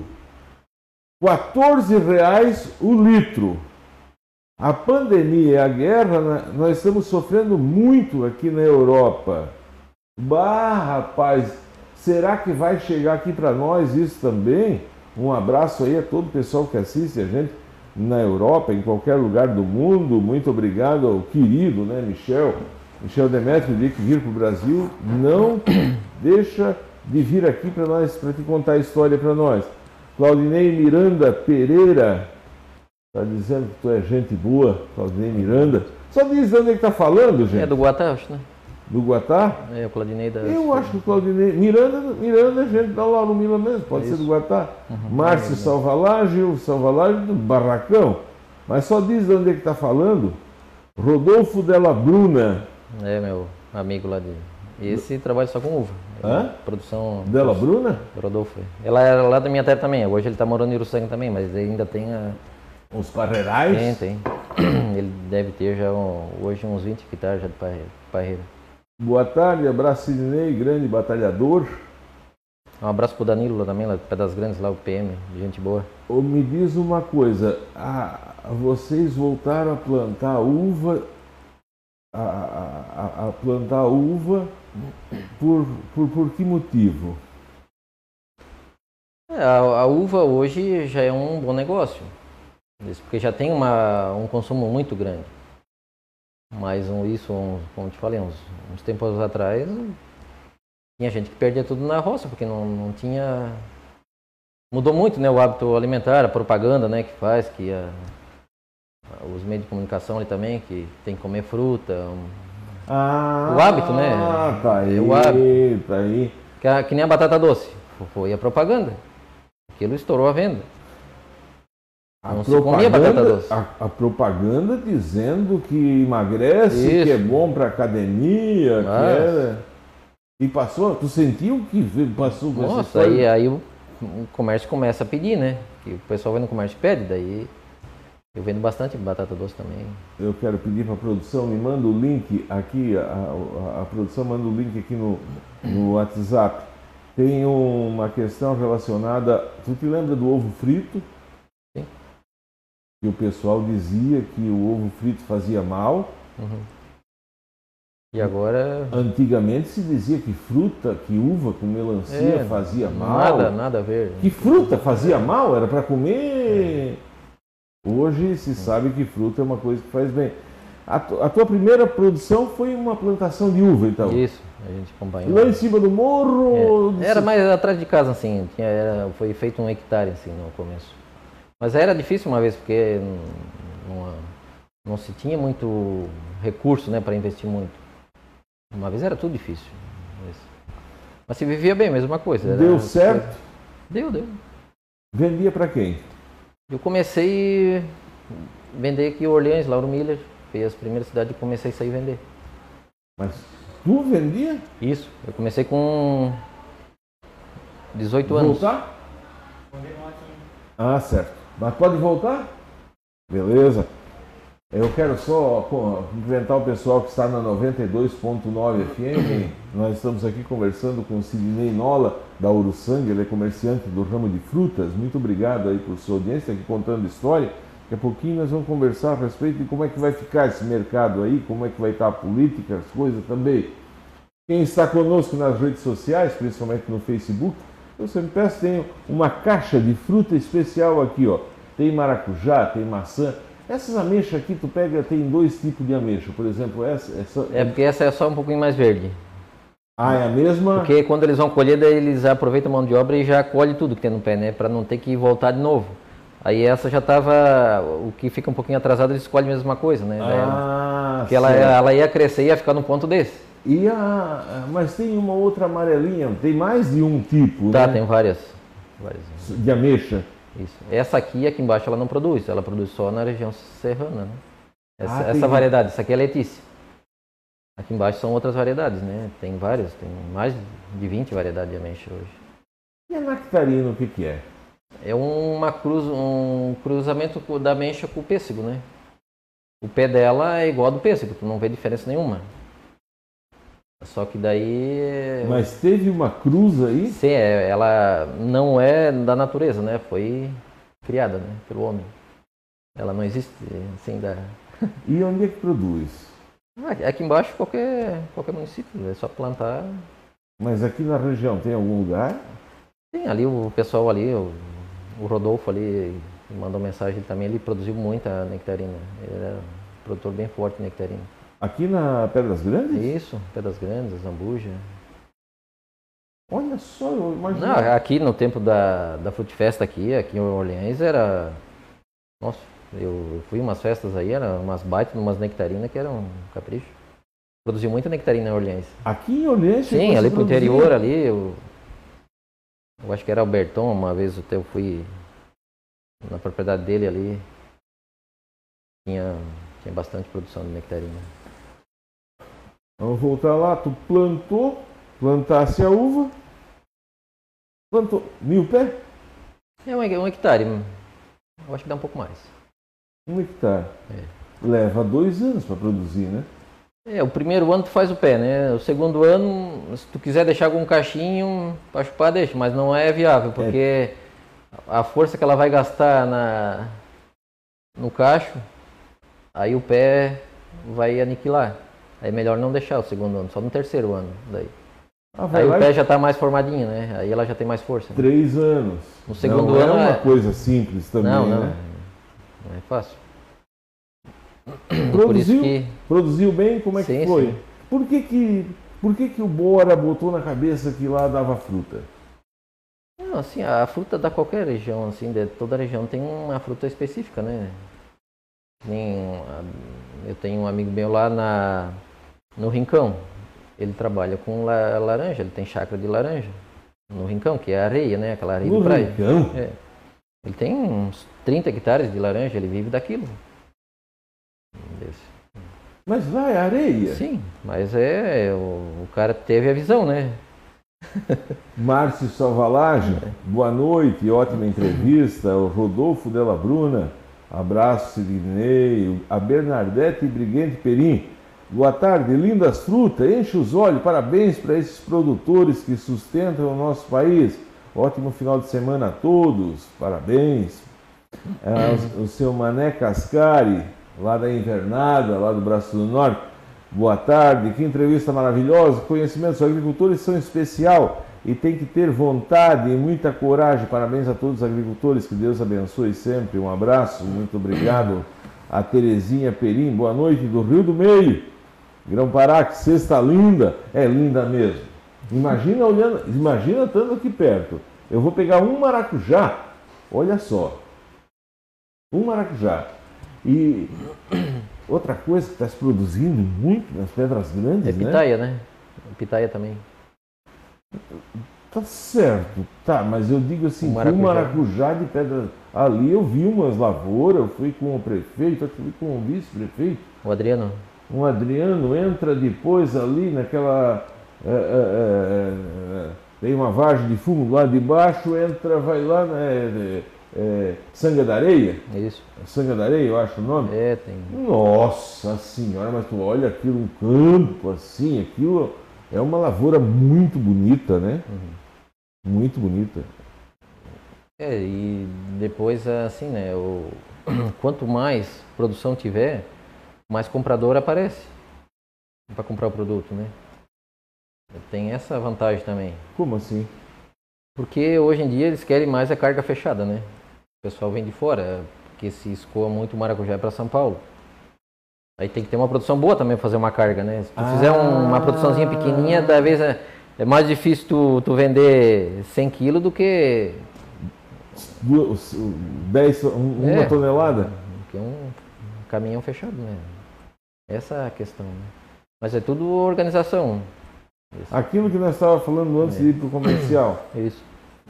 R$14 o litro. A pandemia e a guerra, nós estamos sofrendo muito aqui na Europa. Rapaz, será que vai chegar aqui para nós isso também? Um abraço aí a todo o pessoal que assiste a gente na Europa, em qualquer lugar do mundo. Muito obrigado ao querido, né, Michel Demetrio, de que vir para o Brasil. Não deixa de vir aqui para nós, para te contar a história para nós. Claudinei Miranda Pereira. Está dizendo que tu é gente boa, Claudinei Miranda. Só diz onde é que está falando, gente. É do Guatá, acho, né? Do Guatá? É, o Claudinei da... Eu acho que o Claudinei... Miranda é gente da Lauro Mila mesmo, pode ser do Guatá. Márcio Salvalagem do Barracão. Mas só diz de onde é que está falando. Rodolfo Della Bruna. É, meu amigo lá de... Esse trabalha só com uva. Hã? Produção... Della Bruna? Rodolfo. Ela era lá da minha terra também. Hoje ele está morando em Uruçanga também, mas ainda tem Os parreirais? Tem. Ele deve ter já hoje uns 20 hectares já de parreira. Boa tarde, abraço Sidney, grande batalhador. Um abraço pro Danilo lá também, lá do Pé das Grandes, lá o PM, gente boa. Me diz uma coisa, vocês voltaram a plantar uva, a plantar uva por que motivo? A uva hoje já é um bom negócio, porque já tem um consumo muito grande. Mas como te falei, uns tempos atrás, tinha gente que perdia tudo na roça, porque não tinha... Mudou muito, né, o hábito alimentar, a propaganda, né, que faz, os meios de comunicação ali também, que tem que comer fruta. O hábito, né? Tá aí, o hábito. Tá aí. Que nem a batata doce. Foi a propaganda. Aquilo estourou a venda. Não se comia batata doce. A propaganda dizendo que emagrece, isso, que é bom para academia, E passou, tu sentiu que passou? Nossa, aí o comércio começa a pedir, né? Que o pessoal vai no comércio e pede, daí Eu vendo bastante batata doce também. Eu quero pedir para a produção, me manda o link aqui, a produção manda o link aqui no WhatsApp. Tem uma questão relacionada, tu te lembra do ovo frito? Sim. Que o pessoal dizia que o ovo frito fazia mal. Uhum. E agora... Antigamente se dizia que fruta, que uva com melancia fazia mal. Nada a ver. Que fruta fazia mal? Era para comer... Hoje se sabe que fruta é uma coisa que faz bem. A tua primeira produção foi uma plantação de uva, então? Isso, a gente acompanhou. Lá em cima do morro? Era mais atrás de casa, assim. Foi feito 1 hectare, assim, no começo. Mas era difícil uma vez, porque não se tinha muito recurso, né, para investir muito. Uma vez era tudo difícil. Mas se vivia bem, mesma coisa. Deu certo? Deu. Vendia para quem? Eu comecei a vender aqui em Orleans, Lauro Miller, foi as primeiras cidades que comecei a sair vender. Mas tu vendia? Isso, eu comecei com 18 anos. Voltar? Ah, certo. Mas pode voltar? Beleza. Eu quero só cumprimentar o pessoal que está na 92.9 FM. Nós estamos aqui conversando com o Sidney Nola, da Uruçanga, ele é comerciante do ramo de frutas. Muito obrigado aí por sua audiência, aqui contando história. Daqui a pouquinho nós vamos conversar a respeito de como é que vai ficar esse mercado aí, como é que vai estar a política, as coisas também. Quem está conosco nas redes sociais, principalmente no Facebook, eu sempre peço, tem uma caixa de fruta especial aqui, ó. Tem maracujá, tem maçã. Essas ameixas aqui, tu pega, tem 2 tipos de ameixa, por exemplo, essa... Porque essa é só um pouquinho mais verde. Ah, é a mesma? Porque quando eles vão colher, daí eles aproveitam a mão de obra e já colhem tudo que tem no pé, né? Para não ter que voltar de novo. Aí essa já estava, o que fica um pouquinho atrasado, eles colhem a mesma coisa, né? Porque ela ia crescer e ia ficar num ponto desse. Mas tem uma outra amarelinha, tem mais de um tipo, tá, né? Tem várias. De ameixa? Isso. Essa aqui embaixo, ela não produz, ela produz só na região serrana, né? Essa variedade, essa aqui é Letícia. Aqui embaixo são outras variedades, né? Tem várias, tem mais de 20 variedades de ameixa hoje. E a nectarina, o que é? É um cruzamento da ameixa com o pêssego, né? O pé dela é igual ao do pêssego, tu não vê diferença nenhuma. Só que daí... Mas teve uma cruz aí? Sim, ela não é da natureza, né? Foi criada, né, pelo homem. Ela não existe assim da... E onde é que produz? Aqui embaixo, qualquer município, é só plantar. Mas aqui na região tem algum lugar? Tem, ali o pessoal ali, o Rodolfo ali, mandou mensagem também, ele produziu muita nectarina. Ele era um produtor bem forte de nectarina. Aqui na Pedras Grandes? Isso, Pedras Grandes, Zambuja. Olha só, eu imagino. Não, aqui no tempo da Frutfesta aqui em Orleans era... Nossa, eu fui em umas festas aí, eram umas baitas, umas nectarinas que eram um capricho. Produziu muita nectarina em Orleans. Aqui em Orleans? Sim, ali pro interior ali, eu acho que era Alberton, uma vez eu fui na propriedade dele ali, tinha bastante produção de nectarina. Vamos voltar lá, tu plantasse a uva, plantou 1000 pés? É 1 hectare, eu acho que dá um pouco mais. 1 hectare. É. Leva 2 anos para produzir, né? O primeiro ano tu faz o pé, né? O segundo ano, se tu quiser deixar algum cachinho para chupar, deixa, mas não é viável, porque a força que ela vai gastar no cacho, aí o pé vai aniquilar. Aí é melhor não deixar o segundo ano, só no terceiro ano daí. Aí o pé já está mais formadinho, né? Aí ela já tem mais força. 3 anos. No segundo não ano é uma coisa simples também, né? Não é fácil. Produziu bem? Como é que foi? Sim. Por que o Bora botou na cabeça que lá dava fruta? Não, assim, a fruta da qualquer região, assim, de toda região tem uma fruta específica, né? Eu tenho um amigo meu lá no Rincão. Ele trabalha com laranja, ele tem chácara de laranja. No Rincão, que é areia, né? Aquela areia de praia. Rincão? É. Ele tem uns 30 hectares de laranja, ele vive daquilo. Mas lá é areia? Sim, mas o cara teve a visão, né? Márcio Salvalage, boa noite, ótima entrevista. O Rodolfo Della Bruna, Abraço, Sidney. A Bernadette Briguente Perim. Boa tarde, lindas frutas, enche os olhos, parabéns para esses produtores que sustentam o nosso país. Ótimo final de semana a todos, parabéns. O seu Mané Cascari, lá da Invernada, lá do Braço do Norte. Boa tarde, que entrevista maravilhosa. Conhecimentos dos agricultores são especial e tem que ter vontade e muita coragem. Parabéns a todos os agricultores, que Deus abençoe sempre. Um abraço, muito obrigado. A Terezinha Perim, boa noite do Rio do Meio. Grão-Pará, que cesta linda, é linda mesmo. Imagina olhando, imagina estando aqui perto. Eu vou pegar um maracujá, olha só, um maracujá. E outra coisa que está se produzindo muito nas Pedras Grandes, é pitaia, né? Pitaia também. Tá certo, tá, mas eu digo assim, o maracujá de pedra. Ali eu vi umas lavouras, eu fui com o prefeito, eu fui com o vice-prefeito. O Adriano. Um Adriano entra depois ali naquela. Tem uma vargem de fumo lá de baixo, entra, vai lá, Sanga da Areia? Isso. Sanga da Areia, eu acho o nome? É, tem. Nossa Senhora, mas tu olha aquilo, um campo assim, aquilo é uma lavoura muito bonita, né? Uhum. Muito bonita. E depois, assim, né? Quanto mais produção tiver, mais comprador aparece para comprar o produto, né? Tem essa vantagem também. Como assim? Porque hoje em dia eles querem mais a carga fechada, né? O pessoal vem de fora, porque se escoa muito o maracujá para São Paulo. Aí tem que ter uma produção boa também para fazer uma carga, né? Se tu fizer uma produçãozinha pequenininha, da vez é mais difícil tu vender 100 kg do que... 1 tonelada? Que é um caminhão fechado, né? Essa é a questão, né? Mas é tudo organização. Isso. Aquilo que nós estávamos falando antes de ir para o comercial. Isso.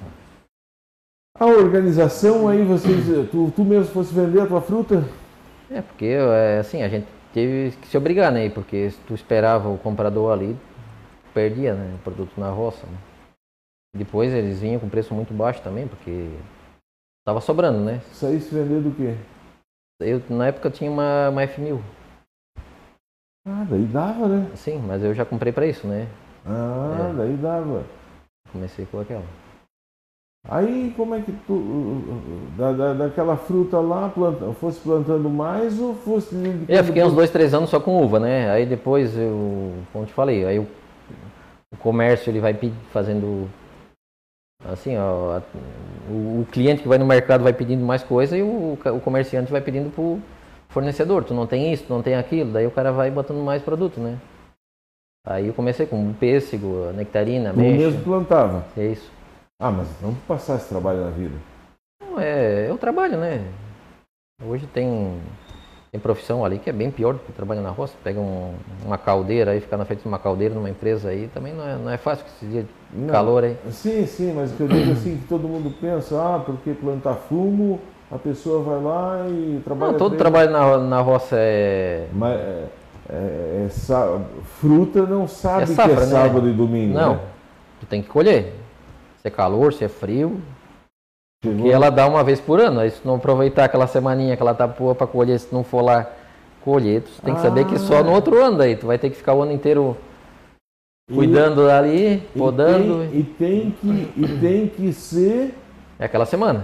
A organização aí, vocês, tu mesmo fosse vender a tua fruta? Porque assim, a gente teve que se obrigar, né? Porque se tu esperava o comprador ali, perdia, né? O produto na roça, né? Depois eles vinham com preço muito baixo também, porque estava sobrando, né? Saísse vender do quê? Na época eu tinha uma F1000. Ah, daí dava, né? Sim, mas eu já comprei para isso, né? Daí dava. Comecei com aquela. Aí como é que tu, daquela fruta lá, fosse plantando mais ou fosse... Eu fiquei uns 2, 3 anos só com uva, né? Aí depois, como te falei, aí o comércio ele vai fazendo... Assim, ó, o cliente que vai no mercado vai pedindo mais coisa e o comerciante vai pedindo pro fornecedor. Tu não tem isso, tu não tem aquilo, daí o cara vai botando mais produto, né? Aí eu comecei com pêssego, nectarina, ameixa. Tu mesmo plantava? É isso. Ah, mas vamos passar esse trabalho na vida. Não, é o trabalho, né? Hoje tem profissão ali que é bem pior do que trabalhar na roça. Pega uma caldeira aí, ficar na frente de uma caldeira numa empresa aí, também não é fácil com esse dia de calor aí. Sim, mas o que eu digo assim, que todo mundo pensa, porque plantar fumo, a pessoa vai lá e trabalha... Não, todo trabalho na roça é... Mas fruta não sabe safra, que é sábado, né? E domingo, não, né? Tu tem que colher. Se é calor, se é frio... Porque ela dá uma vez por ano, aí se não aproveitar aquela semaninha que ela tá boa para colher, se não for lá colher, tu tem que saber que só no outro ano daí, tu vai ter que ficar o ano inteiro cuidando ali, podando. E tem que ser... É aquela semana.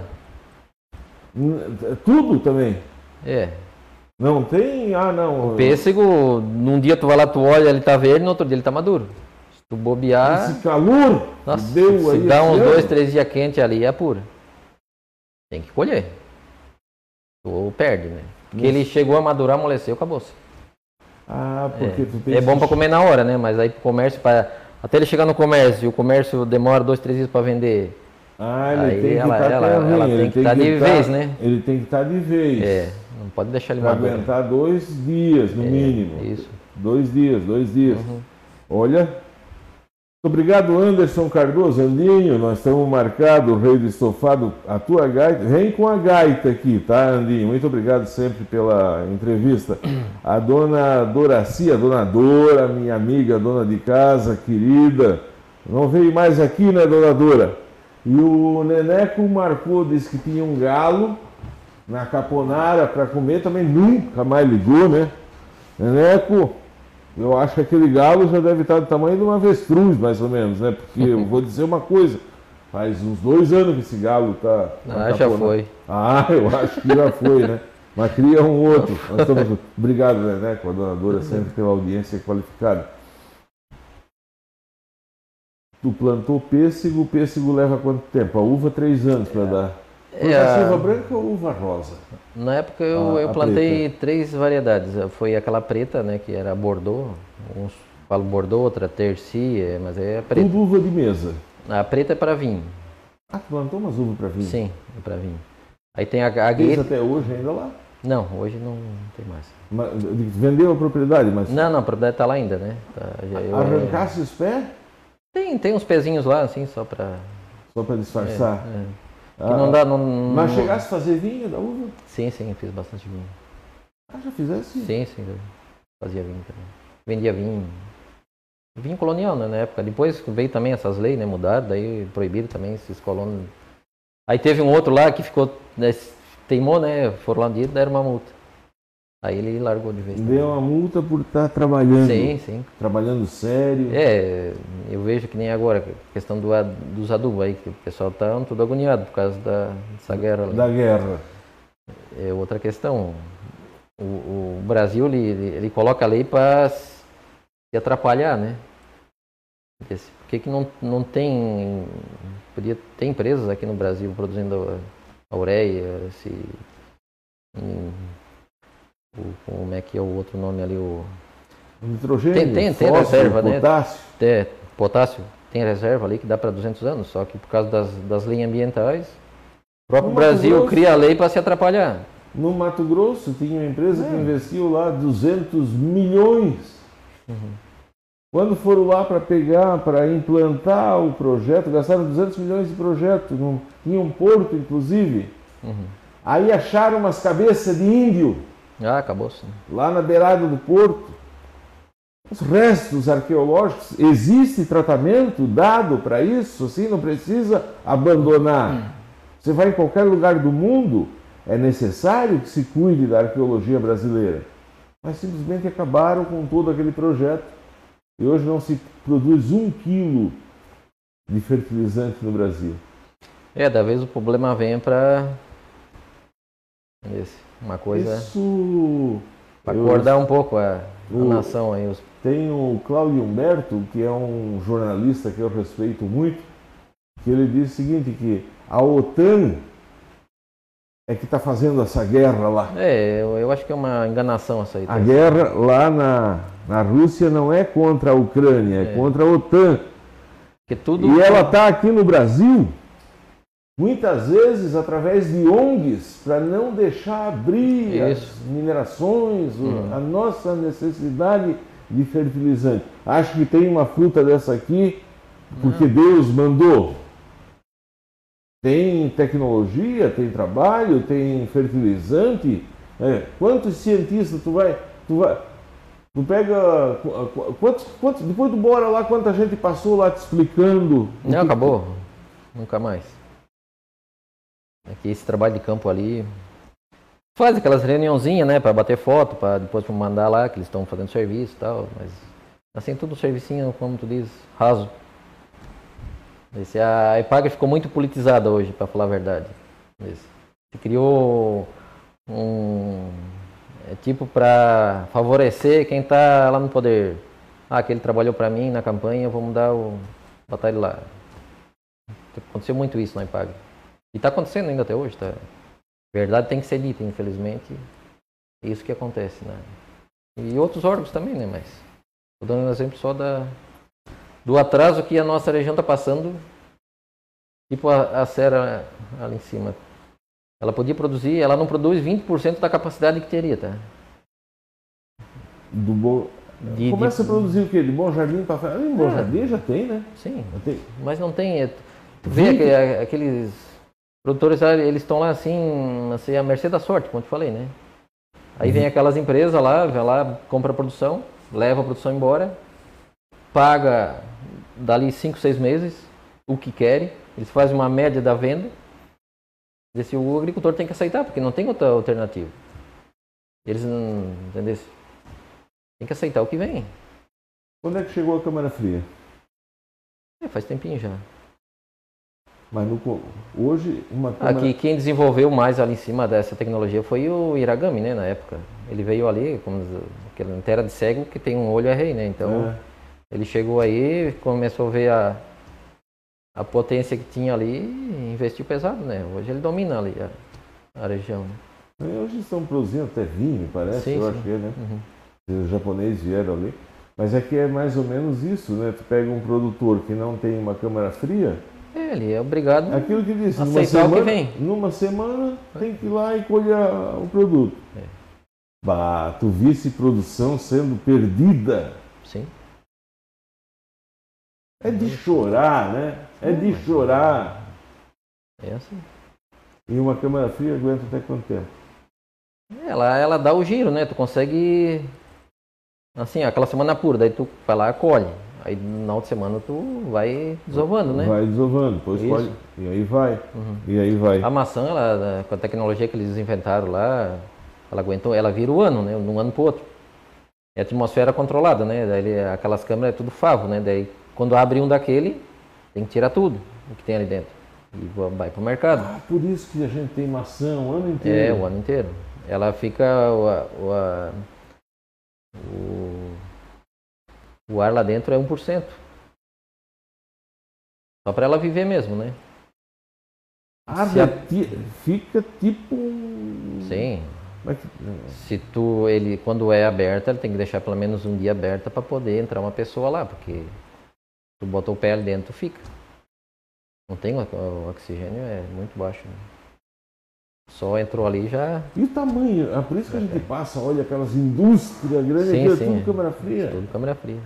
Tudo também? É. Não tem... não. O pêssego, num dia tu vai lá, tu olha, ele tá verde, no outro dia ele tá maduro. Se tu bobear... Esse calor nossa, deu se aí... dá uns 2, 3 dias quente ali, é pura. Tem que colher. Ou perde, né? Porque ele chegou a madurar, amoleceu, acabou-se. Porque tu tem... É bom para comer na hora, né? Mas aí pro comércio, até ele chegar no comércio, e o comércio demora 2, 3 dias para vender. Ele tem que ela tem que estar de vez, né? Ele tem que estar de vez. Não pode deixar ele madurar. Aguentar 2 dias, no mínimo. Isso. 2 dias. Uhum. Olha... Obrigado, Anderson Cardoso, Andinho, nós estamos marcados, o Rei do Estofado, a tua gaita, vem com a gaita aqui, tá, Andinho? Muito obrigado sempre pela entrevista. A dona Doracia, a dona Dora, minha amiga, dona de casa, querida, não veio mais aqui, né, dona Dora? E o Neneco marcou, disse que tinha um galo na caponara para comer, também nunca mais ligou, né? Neneco, eu acho que aquele galo já deve estar do tamanho de uma avestruz, mais ou menos, né? Porque eu vou dizer uma coisa, faz uns 2 anos que esse galo está... Já foi. Ah, eu acho que já foi, né? Mas cria um outro. Nós estamos... Obrigado, Neneco, a donadora sempre pela audiência qualificada. Tu plantou pêssego, o pêssego leva quanto tempo? A uva 3 anos para dar. Uva branca ou uva rosa? Na época eu plantei 3 variedades. Foi aquela preta, né, que era Bordeaux. Uns falam Bordeaux, outra Terci, mas é preta. Tudo uva de mesa? A preta é para vinho. Ah, tu plantou umas uvas para vinho? Sim, é para vinho. Aí tem a Gueta. Até hoje ainda lá? Não, hoje não tem mais. Mas, vendeu a propriedade, mas... Não, a propriedade está lá ainda, né? Arrancasse os pés? Tem uns pezinhos lá, assim, só para... Só para disfarçar? Que não dá... Mas chegasse a fazer vinho da uva? Sim, eu fiz bastante vinho. Ah, já fizesse? Sim, eu fazia vinho também. Vendia vinho. Vinho colonial, né, na época. Depois veio também essas leis, né, mudaram, daí proibiram também esses colonos. Aí teve um outro lá que ficou, né, teimou, né, foram lá e deram uma multa. Aí ele largou de vez. Deu uma multa por estar trabalhando. Sim. Trabalhando sério. Eu vejo que nem agora, a questão dos adubos aí, que o pessoal está tudo agoniado por causa dessa guerra. Da guerra. É outra questão. O Brasil, ele coloca a lei para se atrapalhar, né? Por que não tem... Podia ter empresas aqui no Brasil produzindo a ureia, como é que é o outro nome ali? O nitrogênio, tem fósforo, reserva, potássio. Né? Potássio tem reserva ali que dá para 200 anos, só que por causa das leis ambientais, o próprio Brasil cria a lei para se atrapalhar. No Mato Grosso tinha uma empresa que investiu lá 200 milhões. Quando foram lá para implantar o projeto, gastaram 200 milhões de projeto, tinha um porto inclusive. Aí acharam umas cabeças de índio. Acabou-se. Lá na beirada do porto. Os restos arqueológicos, existe tratamento dado para isso, assim, não precisa abandonar. Você vai em qualquer lugar do mundo, é necessário que se cuide da arqueologia brasileira. Mas simplesmente acabaram com todo aquele projeto. E hoje não se produz 1 quilo de fertilizante no Brasil. Da vez o problema vem para uma coisa... Isso... Para acordar um pouco a nação aí. Tem o Cláudio Humberto, que é um jornalista que eu respeito muito, que ele diz o seguinte, que a OTAN é que está fazendo essa guerra lá. Eu acho que é uma enganação essa aí. A guerra lá na Rússia não é contra a Ucrânia, é contra a OTAN. E ela está aqui no Brasil, muitas vezes através de ONGs, para não deixar abrir as minerações, a nossa necessidade de fertilizante. Acho que tem uma fruta dessa aqui, porque Deus mandou. Tem tecnologia, tem trabalho, tem fertilizante. Quantos cientistas tu pega... depois tu bora lá, quanta gente passou lá te explicando. Não, acabou. Nunca mais. Aqui esse trabalho de campo ali... Faz aquelas reuniãozinhas, né, para bater foto, para depois mandar lá que eles estão fazendo serviço e tal, mas assim, tudo servicinho, como tu diz, raso. A EPAGRE ficou muito politizada hoje, para falar a verdade. Se criou tipo para favorecer quem está lá no poder. Aquele trabalhou para mim na campanha, vamos botar ele lá. Aconteceu muito isso na EPAGRE. E está acontecendo ainda até hoje, tá? Verdade tem que ser dita, infelizmente, é isso que acontece, né? E outros órgãos também, né? Mas estou dando um exemplo só do atraso que a nossa região está passando, tipo a Serra ali em cima. Ela podia produzir, ela não produz 20% da capacidade que teria, tá? Começa a produzir o quê? De Bom Jardim para frente? Em Bom Jardim já tem, né? Sim, mas não tem... Tu vê aqueles... produtores, eles estão lá assim, à mercê da sorte, como eu te falei, né? Aí vem aquelas empresas lá, vai lá, compra a produção, leva a produção embora, paga dali 5, 6 meses o que querem, eles fazem uma média da venda Esse o agricultor tem que aceitar, porque não tem outra alternativa. Eles não, entendeu? Tem que aceitar o que vem. Quando é que chegou a câmara fria? Faz tempinho já. Mas hoje uma câmara... Aqui quem desenvolveu mais ali em cima dessa tecnologia foi o Iragami, né, na época. Ele veio ali, como aquela terra de cego que tem um olho é rei, né? Então ele chegou aí, começou a ver a potência que tinha ali e investiu pesado, né? Hoje ele domina ali a região. Né? Hoje estão produzindo até vinho, me parece, sim, eu sim. acho que é, né? Os japoneses vieram ali. Mas aqui é mais ou menos isso, né? Tu pega um produtor que não tem uma câmara fria... Ele é obrigado aquilo que disse, a aceitar o que vem. Numa semana tem que ir lá e colher o produto. Bah, tu visse produção sendo perdida. Sim. É de chorar, né? É de chorar. É assim. E uma câmara fria aguenta até quanto tempo? Ela dá o giro, né? Tu consegue, assim, aquela semana pura, daí tu vai lá e colhe. Aí na outra semana tu vai desovando, né? Vai desovando, depois colhe. E aí vai. E aí vai. A maçã, ela, com a tecnologia que eles inventaram lá, ela aguentou, ela vira o ano, né? De um ano pro outro. É atmosfera controlada, né? Daí aquelas câmeras é tudo favo, né? Daí quando abre um daquele, tem que tirar tudo o que tem ali dentro. E vai pro mercado. Ah, por isso que a gente tem maçã o ano inteiro. O ano inteiro. Ela fica o ar lá dentro é 1%. Só para ela viver mesmo, né? Fica tipo... Sim. Se quando é aberta, ele tem que deixar pelo menos um dia aberta para poder entrar uma pessoa lá, porque tu bota o pé ali dentro, tu fica. Não tem o oxigênio, é muito baixo. Né? Só entrou ali já... E o tamanho? É por isso que a gente passa, olha aquelas indústrias grandes, sim, aqui, tudo câmara fria. Tudo câmara fria.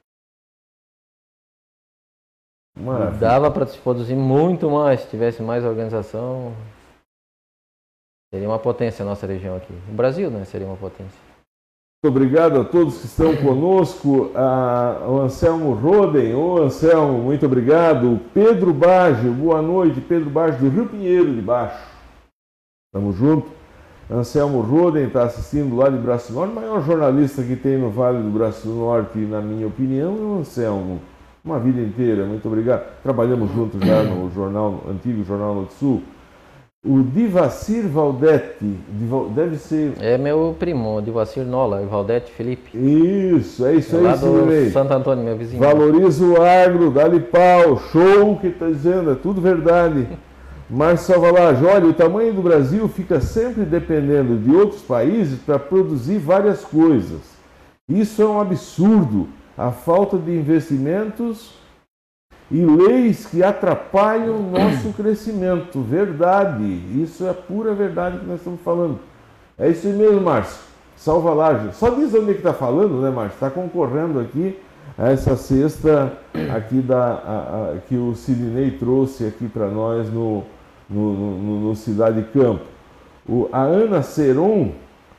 Maravilha. Dava para se produzir muito mais, se tivesse mais organização. Seria uma potência a nossa região aqui. O Brasil, né? Seria uma potência. Muito obrigado a todos que estão conosco. O Anselmo Roden. Ô Anselmo, muito obrigado. O Pedro Baggio, boa noite. Pedro Baggio do Rio Pinheiro de Baixo. Tamo junto. Anselmo Roden está assistindo lá de Braço Norte. O maior jornalista que tem no Vale do Braço Norte, na minha opinião, é o Anselmo. Uma vida inteira, muito obrigado. Trabalhamos juntos já no jornal, antigo Jornal Norte Sul. O Divacir Valdete, deve ser... É meu primo, o Divacir Nola, Valdete Felipe. Isso, é isso aí, lá do Santo Antônio, meu vizinho. Valoriza o agro, dá-lhe pau, show que está dizendo, é tudo verdade. Mas Salvalage, olha, o tamanho do Brasil fica sempre dependendo de outros países para produzir várias coisas. Isso é um absurdo. A falta de investimentos e leis que atrapalham o nosso crescimento. Verdade. Isso é pura verdade que nós estamos falando. É isso mesmo, Márcio. Salvalage. Só diz onde é que está falando, né, Márcio? Está concorrendo aqui a essa cesta aqui que o Sidney trouxe aqui para nós no Cidade Campo. A Ana Seron,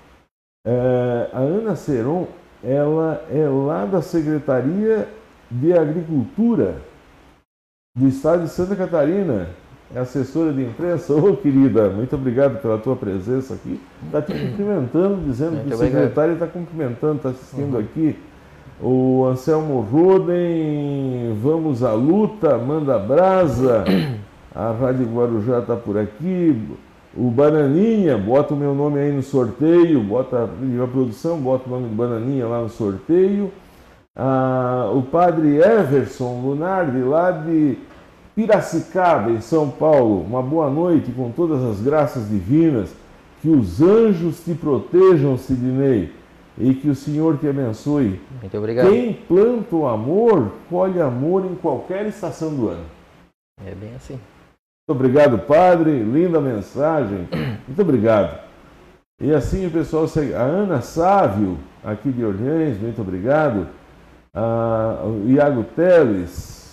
ela é lá da Secretaria de Agricultura do Estado de Santa Catarina, é assessora de imprensa. Ô, querida, muito obrigado pela tua presença aqui. Está te cumprimentando, dizendo muito que o secretário está cumprimentando, está assistindo aqui. O Anselmo Roden, vamos à luta, manda brasa. A Rádio Guarujá está por aqui. O Bananinha, bota o meu nome aí no sorteio, bota a produção, bota o nome do Bananinha lá no sorteio. O padre Everson Lunardi, lá de Piracicaba, em São Paulo. Uma boa noite com todas as graças divinas. Que os anjos te protejam, Sidney, e que o Senhor te abençoe. Muito obrigado. Quem planta o amor, colhe amor em qualquer estação do ano. É bem assim. Muito obrigado, padre. Linda mensagem. Muito obrigado. E assim o pessoal segue. A Ana Sávio, aqui de Orleans, muito obrigado. O Iago Teles.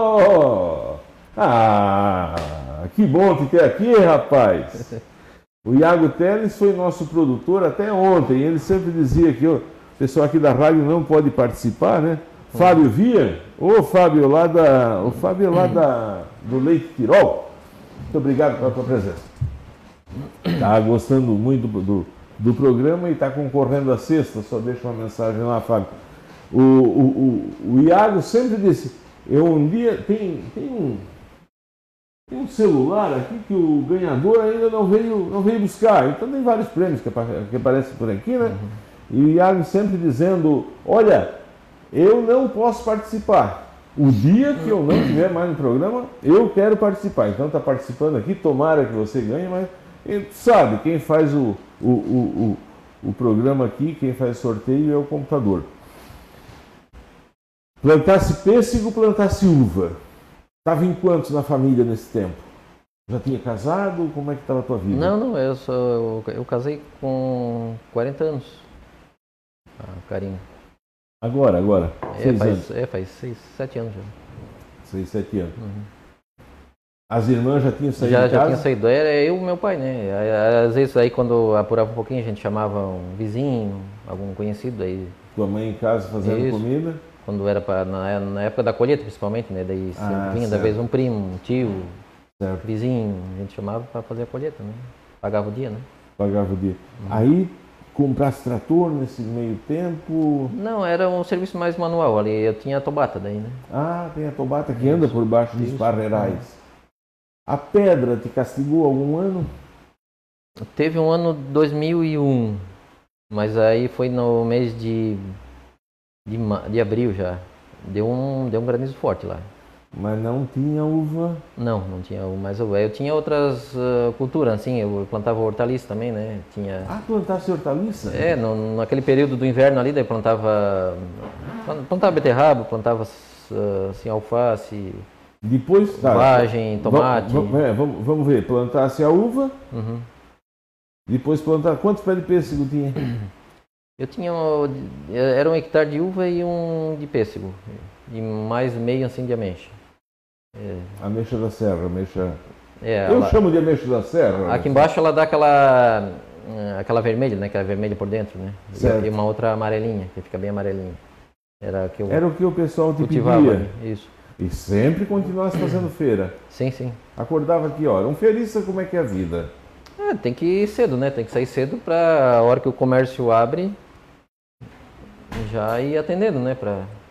Que bom te ter aqui, rapaz. O Iago Teles foi nosso produtor até ontem. Ele sempre dizia que o pessoal aqui da rádio não pode participar, né? Fábio Via. O Fábio lá do Leite Tirol. Muito obrigado pela tua presença. Está gostando muito do programa e está concorrendo à sexta. Só deixa uma mensagem lá, Fábio. O Iago sempre disse, eu um dia tem um celular aqui que o ganhador ainda não veio buscar. Então tem vários prêmios que aparecem por aqui, né? E o Iago sempre dizendo, olha, eu não posso participar. O dia que eu não estiver mais no programa, eu quero participar. Então está participando aqui, tomara que você ganhe, mas sabe, quem faz o programa aqui, quem faz sorteio é o computador. Plantasse pêssego, plantasse uva. Estava em quantos na família nesse tempo? Já tinha casado? Como é que estava a tua vida? Não, eu casei com 40 anos. Karina. Agora? Faz 6, 7 anos já. 6, 7 anos. As irmãs já tinham saído de casa? Já tinha saído. Era eu e meu pai, né? Às vezes aí quando apurava um pouquinho a gente chamava um vizinho, algum conhecido aí. Tua mãe em casa fazendo comida? Quando era na época da colheita principalmente, né? Daí vinha da vez um primo, um tio, vizinho, a gente chamava para fazer a colheita, né? Pagava o dia, né? Pagava o dia. Aí comprasse trator nesse meio tempo? Não, era um serviço mais manual ali. Eu tinha a tobata daí, né? Ah, tem a tobata que anda por baixo dos parreirais. A pedra te castigou algum ano? Teve um ano 2001, mas aí foi no mês de abril já. Deu um granizo forte lá. Mas não tinha uva? Não tinha uva, mas eu tinha outras culturas, assim, eu plantava hortaliça também, né? Plantasse hortaliça? Naquele período do inverno ali, daí plantava beterraba, plantava assim, alface, depois, vagem, tomate. Vamos ver, plantasse a uva, depois plantar, quantos pés de pêssego tinha? Eu tinha, era 1 hectare de uva e 1 de pêssego, e mais meio assim de ameixa. Ameixa da serra, ameixa... eu chamo de ameixa da serra. Aqui embaixo ela dá aquela vermelha, né? Aquela vermelha por dentro, né? Certo. E uma outra amarelinha, que fica bem amarelinha. Era o que o pessoal te cultivava, pedia. né? Isso. E sempre continuasse fazendo feira. Sim. Acordava aqui, ó, um feirista, como é que é a vida? Tem que ir cedo, né? Tem que sair cedo para a hora que o comércio abre, já ir atendendo, né?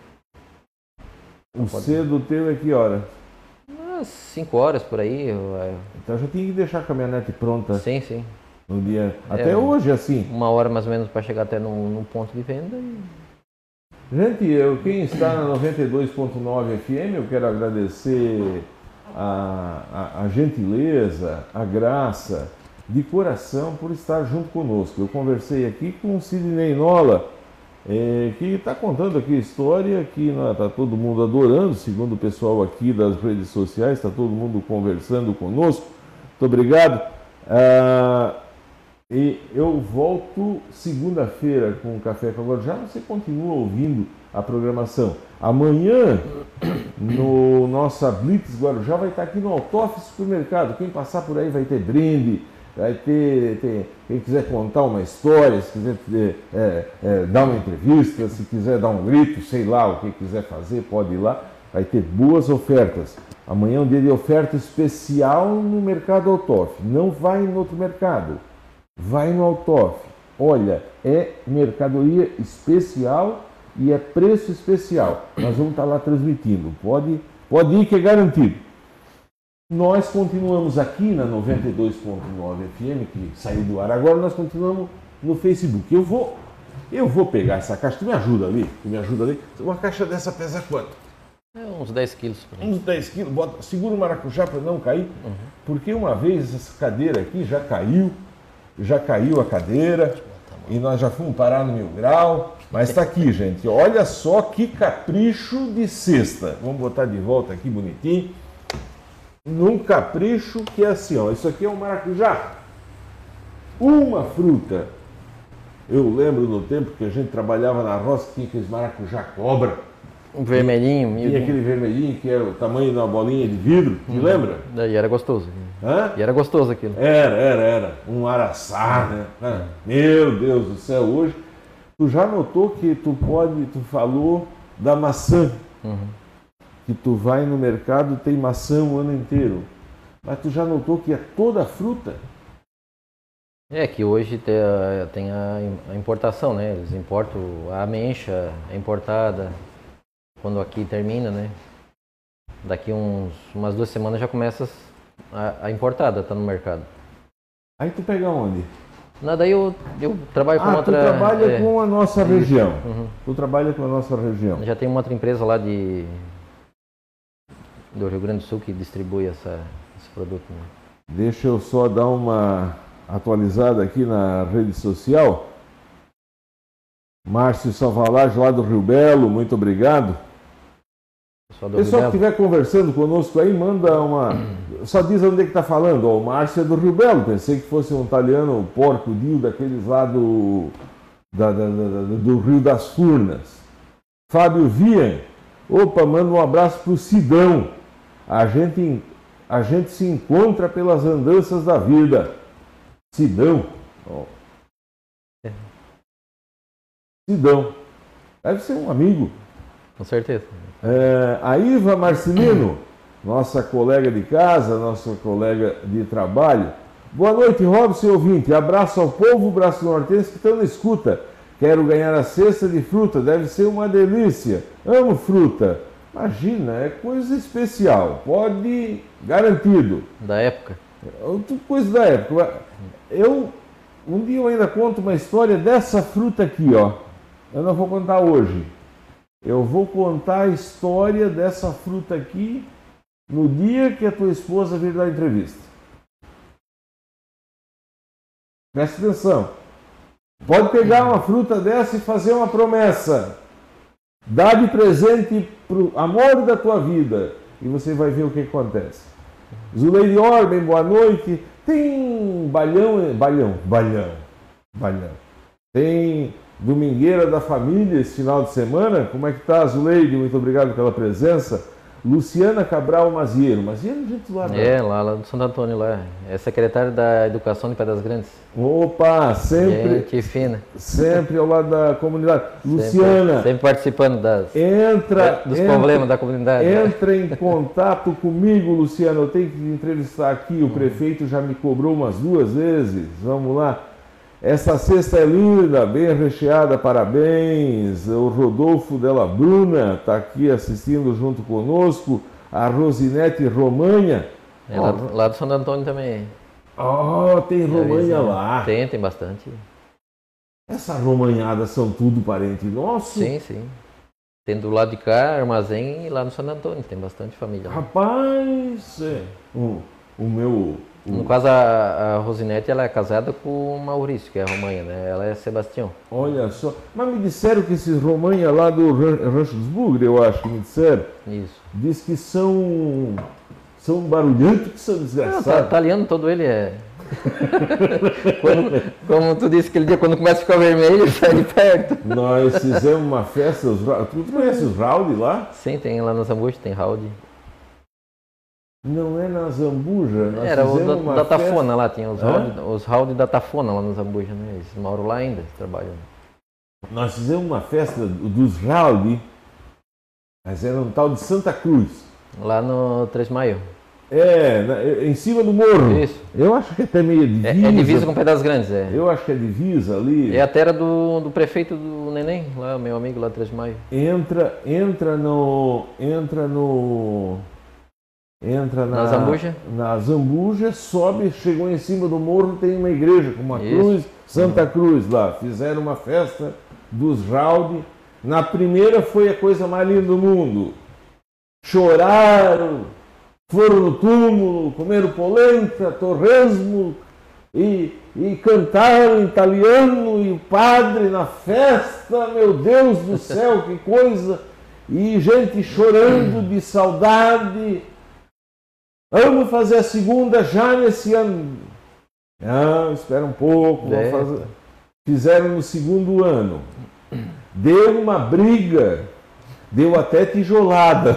Cedo teu é que hora? 5 horas por aí. Então já tinha que deixar a caminhonete pronta. Sim. No dia... Até hoje, assim. 1 hora mais ou menos para chegar até no ponto de venda. Gente, quem está na 92.9 FM, eu quero agradecer a gentileza, a graça, de coração, por estar junto conosco. Eu conversei aqui com o Sidney Nola, que está contando aqui a história, que está todo mundo adorando, segundo o pessoal aqui das redes sociais, está todo mundo conversando conosco. Muito obrigado. E eu volto segunda-feira com o Café com a Guarujá. Você continua ouvindo a programação. Amanhã, no nossa Blitz Guarujá, vai estar aqui no Altoff Supermercado. Quem passar por aí vai ter brinde, vai ter quem quiser contar uma história, se quiser dar uma entrevista, se quiser dar um grito, sei lá, o que quiser fazer, pode ir lá. Vai ter boas ofertas. Amanhã é um dia de oferta especial no Mercado Altoff. Não vai em outro mercado. Vai no Altoff. Olha, é mercadoria especial e é preço especial. Nós vamos estar lá transmitindo. Pode ir que é garantido. Nós continuamos aqui na 92.9 FM, que saiu do ar. Agora nós continuamos no Facebook. Eu vou pegar essa caixa. Tu me ajuda ali? Uma caixa dessa pesa quanto? Uns 10 quilos. Uns 10 quilos. Segura o maracujá para não cair. Porque uma vez essa cadeira aqui já caiu a cadeira e nós já fomos parar no 1000 grau, mas está aqui, gente. Olha só que capricho de cesta. Vamos botar de volta aqui bonitinho. Num capricho que é assim, ó. Isso aqui é um maracujá. Uma fruta. Eu lembro no tempo que a gente trabalhava na roça, tinha aqueles maracujá cobra. Um vermelhinho. Tinha aquele vermelhinho que era o tamanho de uma bolinha de vidro. Te lembra? E era gostoso. Hã? E era gostoso aquilo. Era. Um araçá, né? Meu Deus do céu, hoje. Tu já notou que tu falou da maçã. Que tu vai no mercado, tem maçã o ano inteiro. Mas tu já notou que é toda fruta? É que hoje tem a importação, né? Eles importam a ameixa, é importada, quando aqui termina, né? Daqui umas 2 semanas já começa a importada, tá no mercado. Aí tu pega onde? Daí eu trabalho com outra... tu trabalha com a nossa região. Uhum. Tu trabalha com a nossa região. Já tem uma outra empresa lá do Rio Grande do Sul que distribui esse produto, né? Deixa eu só dar uma atualizada aqui na rede social. Márcio Savalage, lá do Rio Belo, muito obrigado. Pessoal que estiver conversando conosco aí, manda uma... Só diz onde é que está falando. O Márcio é do Rio Belo. Pensei que fosse um italiano porco dio daqueles lá do Rio das Furnas. Fábio Vian. Opa, manda um abraço para o Sidão. A gente se encontra pelas andanças da vida. Sidão. Sidão. Deve ser um amigo. Com certeza. A Iva Marcelino, nossa colega de casa, nossa colega de trabalho. Boa noite, Robson ouvinte. Abraço ao povo braço-nortense que estão na escuta. Quero ganhar a cesta de fruta, deve ser uma delícia. Amo fruta. Imagina, é coisa especial. Pode, garantido. Da época. Coisa da época. Um dia eu ainda conto uma história dessa fruta aqui, ó. Eu não vou contar hoje. Eu vou contar a história dessa fruta aqui no dia que a tua esposa vir dar entrevista. Presta atenção. Pode pegar uma fruta dessa e fazer uma promessa. Dá de presente para o amor da tua vida. E você vai ver o que acontece. Zuleide Orben, boa noite. Tem balhão. Tem domingueira da família esse final de semana. Como é que tá, Zuleide? Muito obrigado pela presença. Luciana Cabral Mazieiro. Mazieiro, gente lá. Lá do Santo Antônio, lá. É secretário da Educação de Pedras Grandes. Opa, sempre. Gente fina. Sempre ao lado da comunidade. Luciana. Sempre participando dos problemas da comunidade. Entra em contato comigo, Luciana. Eu tenho que entrevistar aqui. O prefeito já me cobrou umas 2 vezes. Vamos lá. Essa cesta é linda, bem recheada, parabéns. O Rodolfo Della Bruna está aqui assistindo junto conosco. A Rosinete Romanha. Lá do Santo Antônio também. Tem Romanha lá. Tem bastante. Essa romanhada são tudo parente nosso? Sim. Tem do lado de cá, armazém, e lá no Santo Antônio. Tem bastante família. Rapaz, No caso, a Rosinete, ela é casada com o Maurício, que é romanha, né? Ela é Sebastião. Olha só. Mas me disseram que esses romanha lá do Rancho dos Bugre, eu acho que me disseram. Isso. Diz que são barulhentos, que são desgraçados. Italiano todo ele é. Como tu disse aquele dia, quando começa a ficar vermelho, sai de perto. Nós fizemos uma festa. Tu conhece os Raudi lá? Sim, tem lá na Zambuja, tem Raudi. Não é na Zambuja? Era o da Tafona lá, tinha os Raudi da Tafona lá na Zambuja, né? Eles moram lá ainda, trabalham. Nós fizemos uma festa dos Raudi, mas era um tal de Santa Cruz. Lá no 3 de Maio. Em cima do morro. Isso. Eu acho que é até meio divisa. É divisa com Pedras Grandes, é. Eu acho que é divisa ali. É a terra do prefeito do Neném, lá, meu amigo lá 3 de Maio. Entra na Zambuja? Na Zambuja, sobe, chegou em cima do morro, tem uma igreja com uma cruz, Santa Cruz lá. Fizeram uma festa dos Raudi. Na primeira foi a coisa mais linda do mundo. Choraram, foram no túmulo, comeram polenta, torresmo e cantaram em italiano e o padre na festa, meu Deus do céu, que coisa! E gente chorando de saudade. Vamos fazer a segunda já nesse ano. Não, espera um pouco. Vamos fazer. Fizeram no segundo ano. Deu uma briga. Deu até tijolada.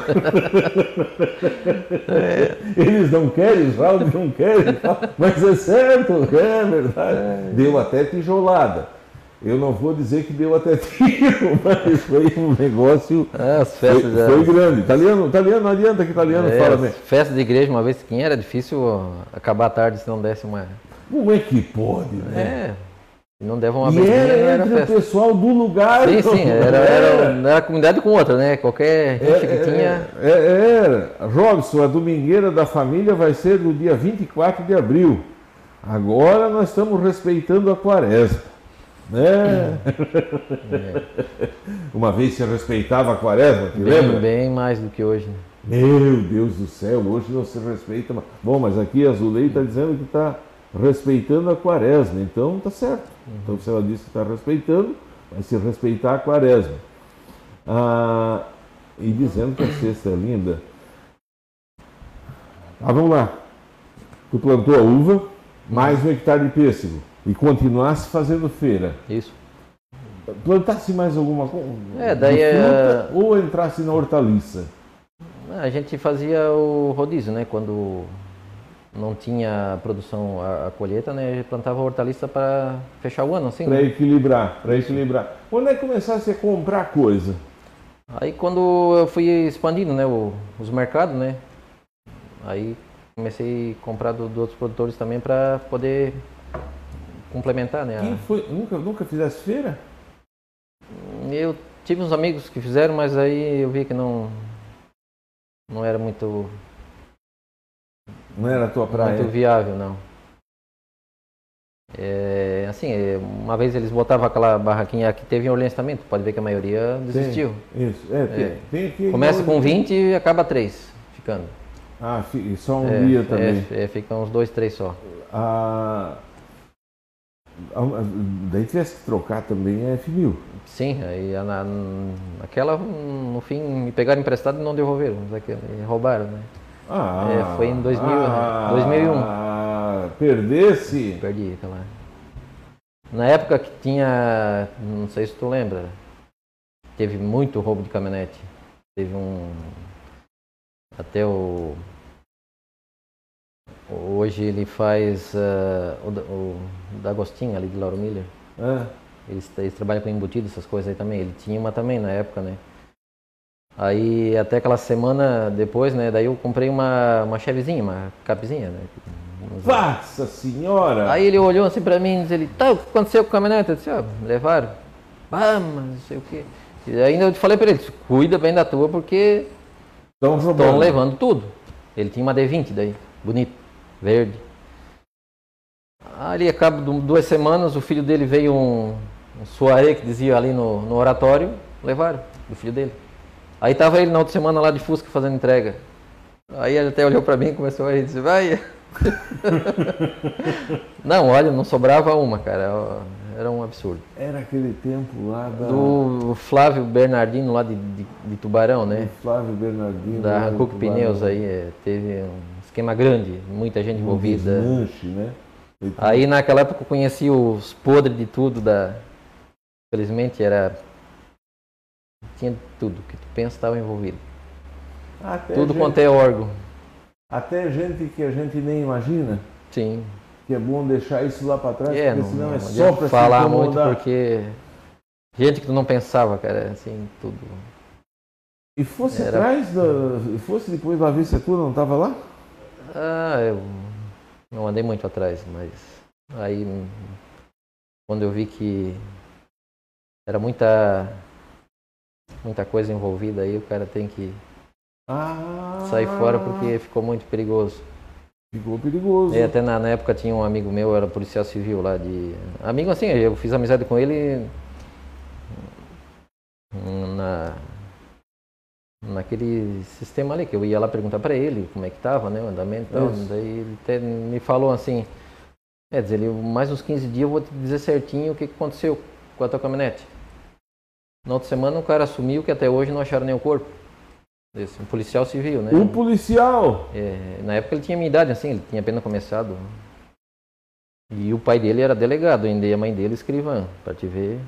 Eles não querem, os Raudi não querem. Mas é certo, é verdade. Deu até tijolada. Eu não vou dizer que deu até tiro, mas foi um negócio. As festas foi grande. Italiano não adianta que italiano fala mesmo. Festa de igreja, uma vez que era difícil acabar tarde se não desse uma. Como é que pode, né? É. Se não deva uma E briguinha, não era era entre o festa. pessoal do lugar. Sim, sim, era comunidade com outra, né? Qualquer rixa que tinha. Era. Robson, a domingueira da família vai ser no dia 24 de abril. Agora nós estamos respeitando a quaresma. Né? Uma vez se respeitava a quaresma, te lembra? Bem mais do que hoje. Meu Deus do céu, hoje não se respeita mais. Bom, mas aqui a Zulei está dizendo que está respeitando a quaresma, então está certo. Então se ela disse que está respeitando, vai se respeitar a quaresma. E dizendo que a cesta é linda. Vamos lá. Tu plantou a uva, mais 1 hectare de pêssego e continuasse fazendo feira. Isso. Plantasse mais alguma coisa? Daí ou entrasse na hortaliça? A gente fazia o rodízio, né? Quando não tinha produção a colheita, né? A gente plantava hortaliça para fechar o ano, assim. Para né? equilibrar. Quando é que começasse a comprar coisa? Aí quando eu fui expandindo, né? Os mercados, né? Aí comecei a comprar dos outros produtores também para poder complementar, né? Quem foi? Nunca fizesse feira? Eu tive uns amigos que fizeram, mas aí eu vi que não era muito Não era a tua praia? muito viável, não. Assim, uma vez eles botavam aquela barraquinha que teve em Orleans também, tu pode ver que a maioria desistiu. Isso, tem aqui. Começa com 20 e acaba 3 ficando. E só um dia também. Fica uns 2, 3 só. Daí tivesse que trocar também a F1000. Sim, aí aquela, no fim, me pegaram emprestado e não devolveram, roubaram, né? Foi em 2001. Perdesse? Perdi aquela. Na época que tinha, não sei se tu lembra, teve muito roubo de caminhonete. Teve até hoje ele faz o D'Agostinho ali de Lauro Miller. Eles trabalham com embutido, essas coisas aí também. Ele tinha uma também na época, né? Aí até aquela semana depois, né? Daí eu comprei uma chevezinha, uma capzinha, né? Nossa senhora! Aí ele olhou assim pra mim e disse, o que aconteceu com o caminhonete? Eu disse, levaram. Mas não sei o quê. E ainda eu falei pra ele, cuida bem da tua porque estão levando tudo. Ele tinha uma D20 daí, bonito, verde. Ali, a cabo de 2 semanas, o filho dele veio um soirée que dizia ali no oratório, levaram do filho dele. Aí tava ele na outra semana lá de Fusca fazendo entrega. Aí ele até olhou pra mim e começou a rir e disse, vai. Não, olha, não sobrava uma, cara. Era um absurdo. Era aquele tempo lá do Flávio Bernardino lá de Tubarão, né? Do Flávio Bernardino. Da Hankook Pneus aí, teve um esquema grande, muita gente envolvida. Desmanche, né? Aí naquela época eu conheci os podres de tudo Felizmente tinha tudo que tu pensa estava envolvido. Tudo quanto é órgão. Até gente que a gente nem imagina. Sim. Que é bom deixar isso lá para trás, porque senão é só para falar muito, porque gente que tu não pensava, cara, assim, tudo. E fosse fosse depois lá ver se a tua não estava lá? Eu não andei muito atrás, mas aí quando eu vi que era muita coisa envolvida aí, o cara tem que sair fora porque ficou muito perigoso. Ficou perigoso. Até na época tinha um amigo meu, era policial civil lá de... Amigo assim, eu fiz amizade com ele naquele sistema ali, que eu ia lá perguntar pra ele como é que tava, né, o andamento e tal. Daí ele até me falou assim, dizer, mais uns 15 dias eu vou te dizer certinho o que aconteceu com a tua caminhonete. Na outra semana o cara assumiu que até hoje não acharam nem o corpo. Um policial civil, né? Um policial? Na época ele tinha minha idade, assim, ele tinha apenas começado. E o pai dele era delegado ainda, e a mãe dele escrivã, pra te ver.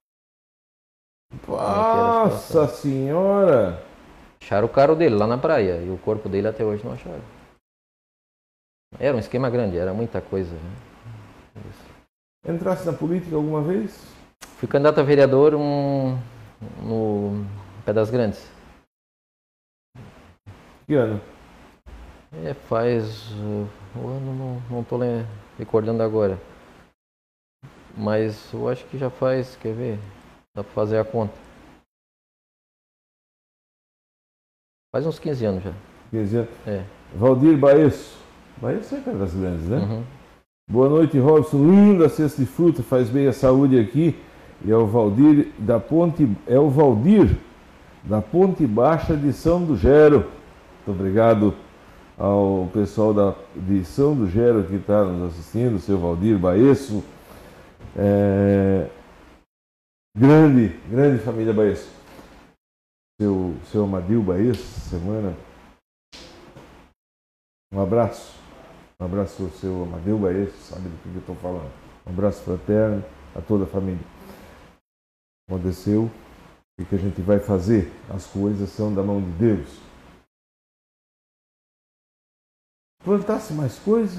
Nossa senhora! Acharam o carro dele lá na praia, e o corpo dele até hoje não acharam. Era um esquema grande, era muita coisa. Né? Entrasse na política alguma vez? Fui candidato a vereador no Pé das Grandes. Que ano? Faz o ano, não tô recordando agora. Mas eu acho que já faz, quer ver? Dá para fazer a conta. Faz uns 15 anos já. 15 anos. É. Valdir Baesso. Baesso é Pedras Grandes, né? Uhum. Boa noite, Robson. Linda cesta de fruta, faz bem a saúde aqui. E é o Valdir da Ponte Baixa de São do Gero. Muito obrigado ao pessoal de São do Gero que está nos assistindo, o seu Valdir Baesso. Grande família Baesso. Seu Amadil Baesso, semana. Um abraço ao seu Amadeu Baesso, sabe do que eu estou falando. Um abraço fraterno a toda a família. Aconteceu, o que a gente vai fazer? As coisas são da mão de Deus. Plantasse mais coisas?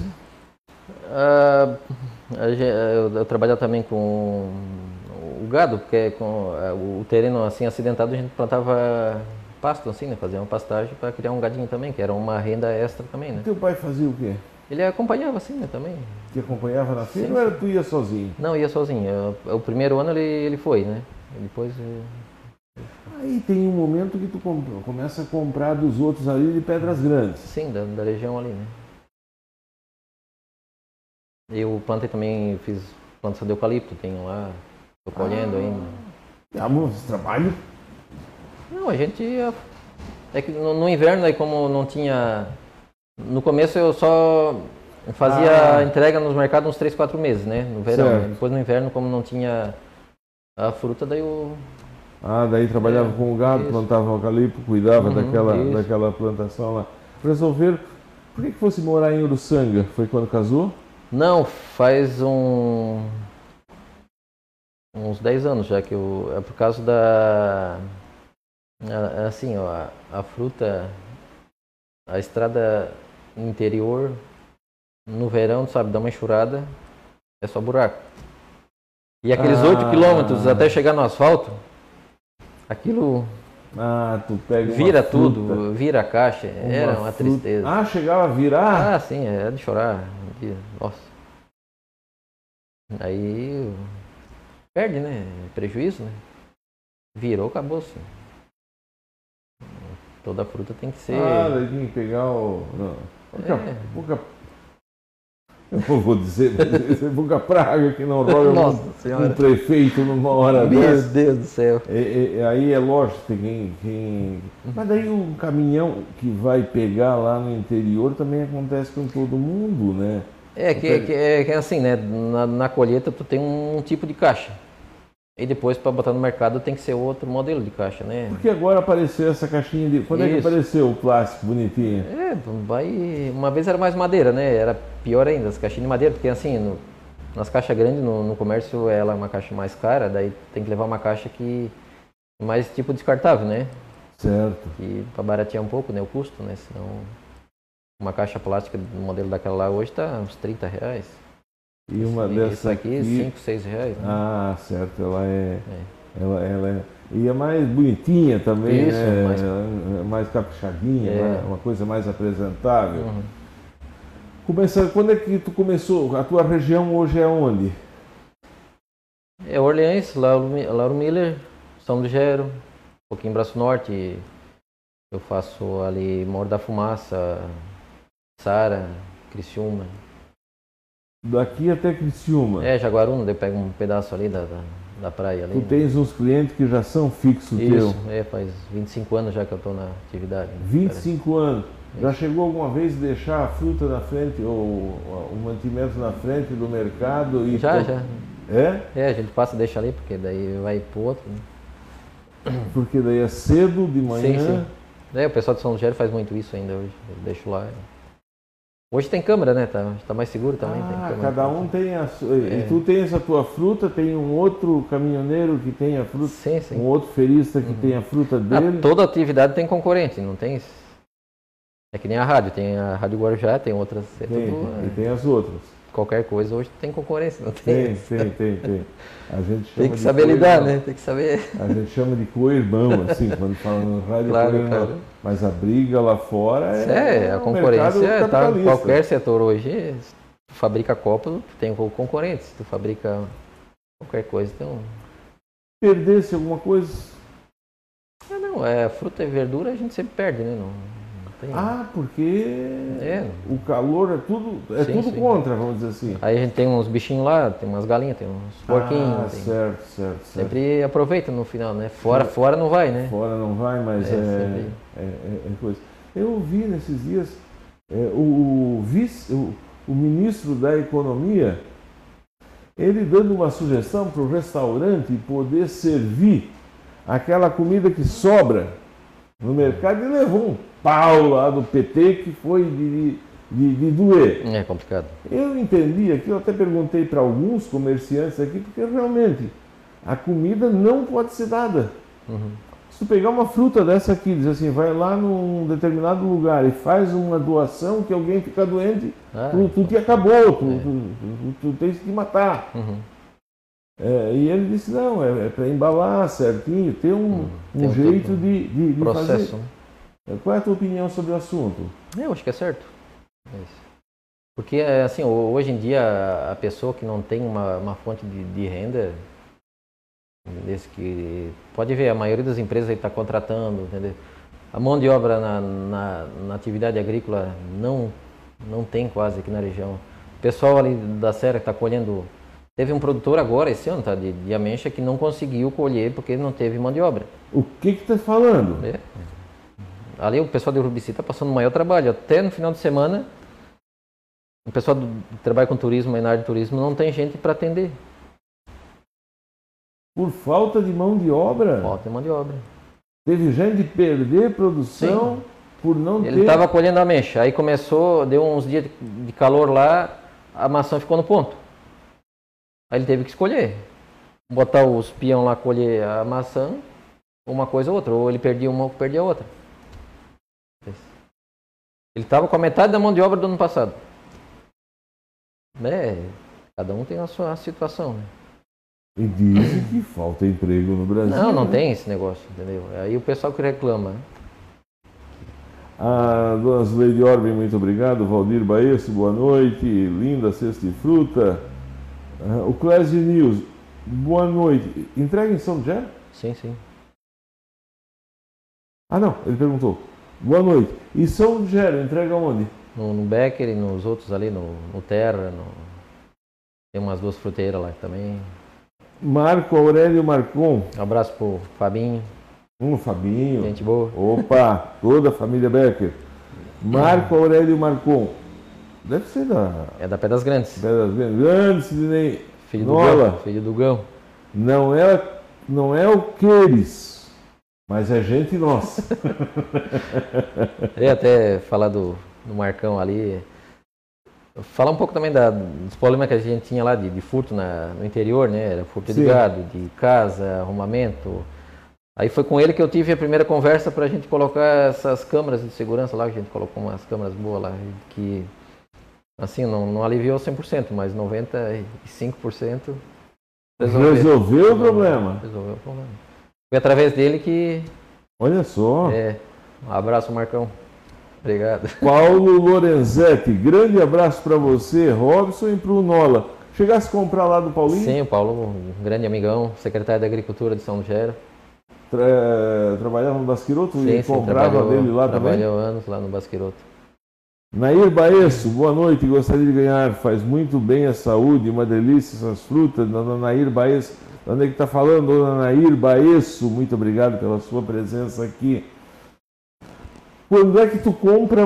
Eu trabalho também com o gado, porque com o terreno assim acidentado a gente plantava pasto assim, né? Fazia uma pastagem para criar um gadinho também, que era uma renda extra também, né? Teu pai fazia o quê? Ele acompanhava assim, né, também. Te acompanhava na feira ou era tu ia sozinho? Não, ia sozinho. O primeiro ano ele foi, né? E depois... Aí tem um momento que tu começa a comprar dos outros ali de Pedras Grandes. Sim, da região ali, né? Eu plantei também, fiz plantação de eucalipto, tenho lá, tô colhendo ainda. Dá muito trabalho? Não, a gente ia... É que no inverno, aí como não tinha... No começo eu só fazia entrega nos mercados uns 3, 4 meses, né? No verão. Certo. Depois no inverno, como não tinha a fruta, daí eu... Daí trabalhava com o gado, isso. plantava eucalipto, cuidava daquela plantação lá. Resolveram, por que fosse morar em Uruçanga? Foi quando casou? Não, faz uns 10 anos já que eu... É por causa da... Assim, ó, a fruta, a estrada interior, no verão, sabe, dá uma enxurrada, é só buraco. E aqueles 8 quilômetros até chegar no asfalto, aquilo tu pega vira tudo, vira a caixa, era uma fruta. tristeza. Chegava a virar? Sim, é de chorar. Nossa. Aí perde, né? Prejuízo, né? Virou, acabou-se. Toda a fruta tem que ser... Daí tem que pegar o... Eu não vou dizer, pouca praga que não rola um prefeito numa hora dessa. Meu Deus do céu. Aí é lógico, mas daí o caminhão que vai pegar lá no interior também acontece com todo mundo, né? É assim, né? Na colheita tu tem um tipo de caixa. E depois para botar no mercado tem que ser outro modelo de caixa, né? Porque agora apareceu essa caixinha de... Quando é que apareceu o plástico bonitinho? Uma vez era mais madeira, né? Era pior ainda, as caixinhas de madeira, porque assim, nas caixas grandes, no comércio, ela é uma caixa mais cara, daí tem que levar uma caixa que mais tipo descartável, né? Certo. E para baratear um pouco, né, o custo, né? Senão uma caixa plástica do modelo daquela lá hoje tá uns R$30. E uma dessas aqui, 5, 6 reais. Né? Certo, ela é. E é mais bonitinha também, isso, né? Mais caprichadinha, uma coisa mais apresentável. Uhum. Quando é que tu começou? A tua região hoje é onde? É Orleans, Lauro Miller, São do Gero, um pouquinho Braço Norte. Eu faço ali Morro da Fumaça, Sara, Criciúma. Daqui até Criciúma. Jaguaruna, daí eu pego um pedaço ali da praia ali. Tu tens uns clientes que já são fixos Isso, faz 25 anos já que eu estou na atividade. 25 anos. Já chegou alguma vez a deixar a fruta na frente, ou o mantimento na frente do mercado? E já. É? A gente passa e deixa ali, porque daí vai pro outro. Né? Porque daí é cedo, de manhã. Sim. O pessoal de São Lugero faz muito isso ainda hoje. Eu deixo lá. Hoje tem câmera, né? Tá mais seguro também. Tem câmera, cada um tem a sua. E tu tens a tua fruta, tem um outro caminhoneiro que tem a fruta, um outro ferista que tem a fruta dele. Toda atividade tem concorrente, não tem? É que nem a rádio, tem a Rádio Guarujá, tem outras. E tem as outras. Qualquer coisa hoje tem concorrência, não tem? Tem. A gente chama tem que saber lidar, né? Tem que saber. A gente chama de co-irmão, assim, quando fala no rádio, claro. Mas a briga lá fora a concorrência tá qualquer setor hoje. tu fabrica copo, tu tem concorrentes. Se tu fabrica qualquer coisa, então... Perdesse alguma coisa? Não, fruta e verdura a gente sempre perde, né? Não tem... Porque o calor é tudo contra, vamos dizer assim. Aí a gente tem uns bichinhos lá, tem umas galinhas, tem uns porquinhos. Certo. Sempre aproveita no final, né? Fora não vai, né? Fora não vai, mas é coisa. Eu ouvi nesses dias o ministro da Economia, ele dando uma sugestão para o restaurante poder servir aquela comida que sobra no mercado, e levou um pau lá do PT que foi de doer. É complicado. Eu entendi aqui, eu até perguntei para alguns comerciantes aqui, porque realmente a comida não pode ser dada. Uhum. Se tu pegar uma fruta dessa aqui, diz assim, vai lá num determinado lugar e faz uma doação que alguém fica doente, tu te acabou, tu tens que matar. Uhum. E ele disse, não, é para embalar certinho, ter um jeito de processo, fazer. Né? Qual é a tua opinião sobre o assunto? Eu acho que é certo. Porque, assim, hoje em dia, a pessoa que não tem uma fonte de renda, desse que pode ver, a maioria das empresas está contratando, entendeu? A mão de obra na atividade agrícola não tem quase aqui na região. O pessoal ali da serra que está colhendo... Teve um produtor agora, esse ano, de ameixa, que não conseguiu colher porque não teve mão de obra. O que está falando? Ali o pessoal de Urubici está passando o maior trabalho. Até no final de semana, o pessoal que trabalha com turismo, na área de turismo, não tem gente para atender. Por falta de mão de obra? Falta de mão de obra. Teve gente de perder produção por não ter... Ele estava colhendo ameixa, aí começou, deu uns dias de calor lá, a maçã ficou no ponto. Aí ele teve que escolher, botar os peão lá colher a maçã, uma coisa ou outra, ou ele perdia uma ou perdia a outra. Ele estava com a metade da mão de obra do ano passado. Cada um tem a sua situação, né? E dizem que falta emprego no Brasil. Não tem esse negócio, entendeu? Aí o pessoal que reclama. A dona Zuleide Orben, muito obrigado. Valdir Baesso, boa noite. Linda cesta de fruta. O Clésio News, boa noite. Entrega em São José? Sim. Não, ele perguntou. Boa noite. E São José, entrega onde? No Becker e nos outros ali, no Terra. Tem umas 2 fruteiras lá também. Marco Aurélio Marcon. Um abraço pro Fabinho. Fabinho. Gente boa. Opa, toda a família Becker. Marco Aurélio Marcon. Deve ser da Pedras Grandes. Pedras Grandes. Grande, Sidney. Filho do Gão. Não é o Queires, mas é gente nossa. Eu ia até falar do Marcão ali. Falar um pouco também dos problemas que a gente tinha lá de furto no interior, né? Era furto de gado, de casa, arrumamento. Aí foi com ele que eu tive a primeira conversa para a gente colocar essas câmeras de segurança lá, que a gente colocou umas câmeras boas lá, que assim, não aliviou 100%, mas 95% resolveu o problema. Resolveu o problema. Foi através dele que... Olha só. Um abraço, Marcão. Obrigado. Paulo Lorenzetti, grande abraço para você, Robson, e para o Nola. Chegasse a comprar lá do Paulinho? Sim, o Paulo, um grande amigão, secretário da Agricultura de São Gero. Trabalhava no Basquiroto e comprava dele lá também? Trabalhou anos lá no Basquiroto. Nair Baesso, boa noite, gostaria de ganhar, faz muito bem à saúde, uma delícia essas frutas, dona Nair Baesso. Onde é que está falando, dona Nair Baesso? Muito obrigado pela sua presença aqui. Quando é que tu compra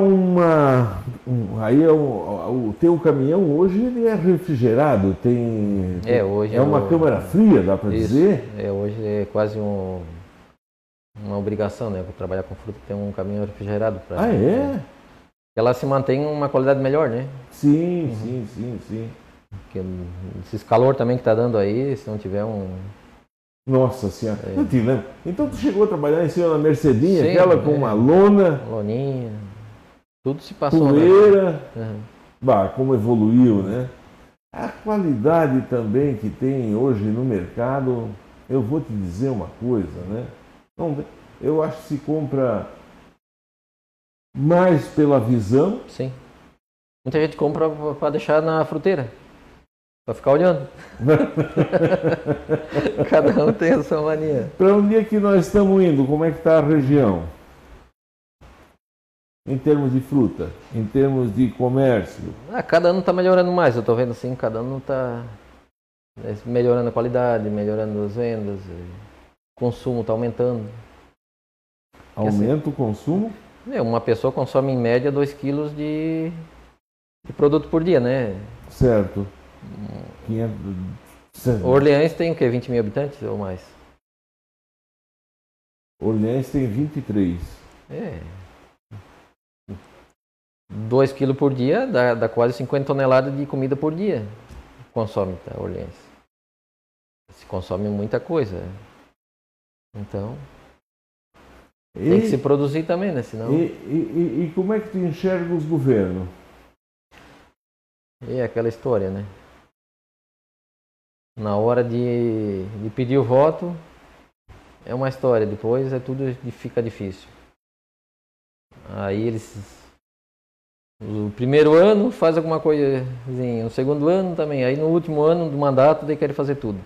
o teu caminhão hoje ele é refrigerado, hoje uma câmara fria, dá para dizer? Hoje é quase uma obrigação, né? Para trabalhar com fruta ter um caminhão refrigerado. Ela se mantém uma qualidade melhor, né? Sim. Porque esse calor também que está dando aí, se não tiver Nossa Senhora, eu te lembro. Então tu chegou a trabalhar em cima da Mercedinha, aquela com uma lona, loninha, tudo se passou. Poeira, como evoluiu, né? A qualidade também que tem hoje no mercado, eu vou te dizer uma coisa, né? Eu acho que se compra mais pela visão. Sim. Muita gente compra para deixar na fruteira, para ficar olhando. Cada um tem a sua mania. Para onde é que nós estamos indo? Como é que está a região? Em termos de fruta, em termos de comércio? Cada ano está melhorando mais, eu estou vendo assim, cada ano está melhorando a qualidade, melhorando as vendas, o consumo está aumentando. Aumenta o consumo? Uma pessoa consome em média 2 quilos de produto por dia, né? Certo. 500... Orleans tem o quê? 20 mil habitantes ou mais? Orleans tem 23. 2 quilos por dia dá quase 50 toneladas de comida por dia. Consome, tá, Orleans. Se consome muita coisa. Então, tem que se produzir também, né? Senão... E como é que tu enxerga os governos? É aquela história, né? Na hora de pedir o voto, é uma história. Depois tudo fica difícil. Aí eles... O primeiro ano faz alguma coisinha, no segundo ano também. Aí no último ano do mandato, daí querem fazer tudo.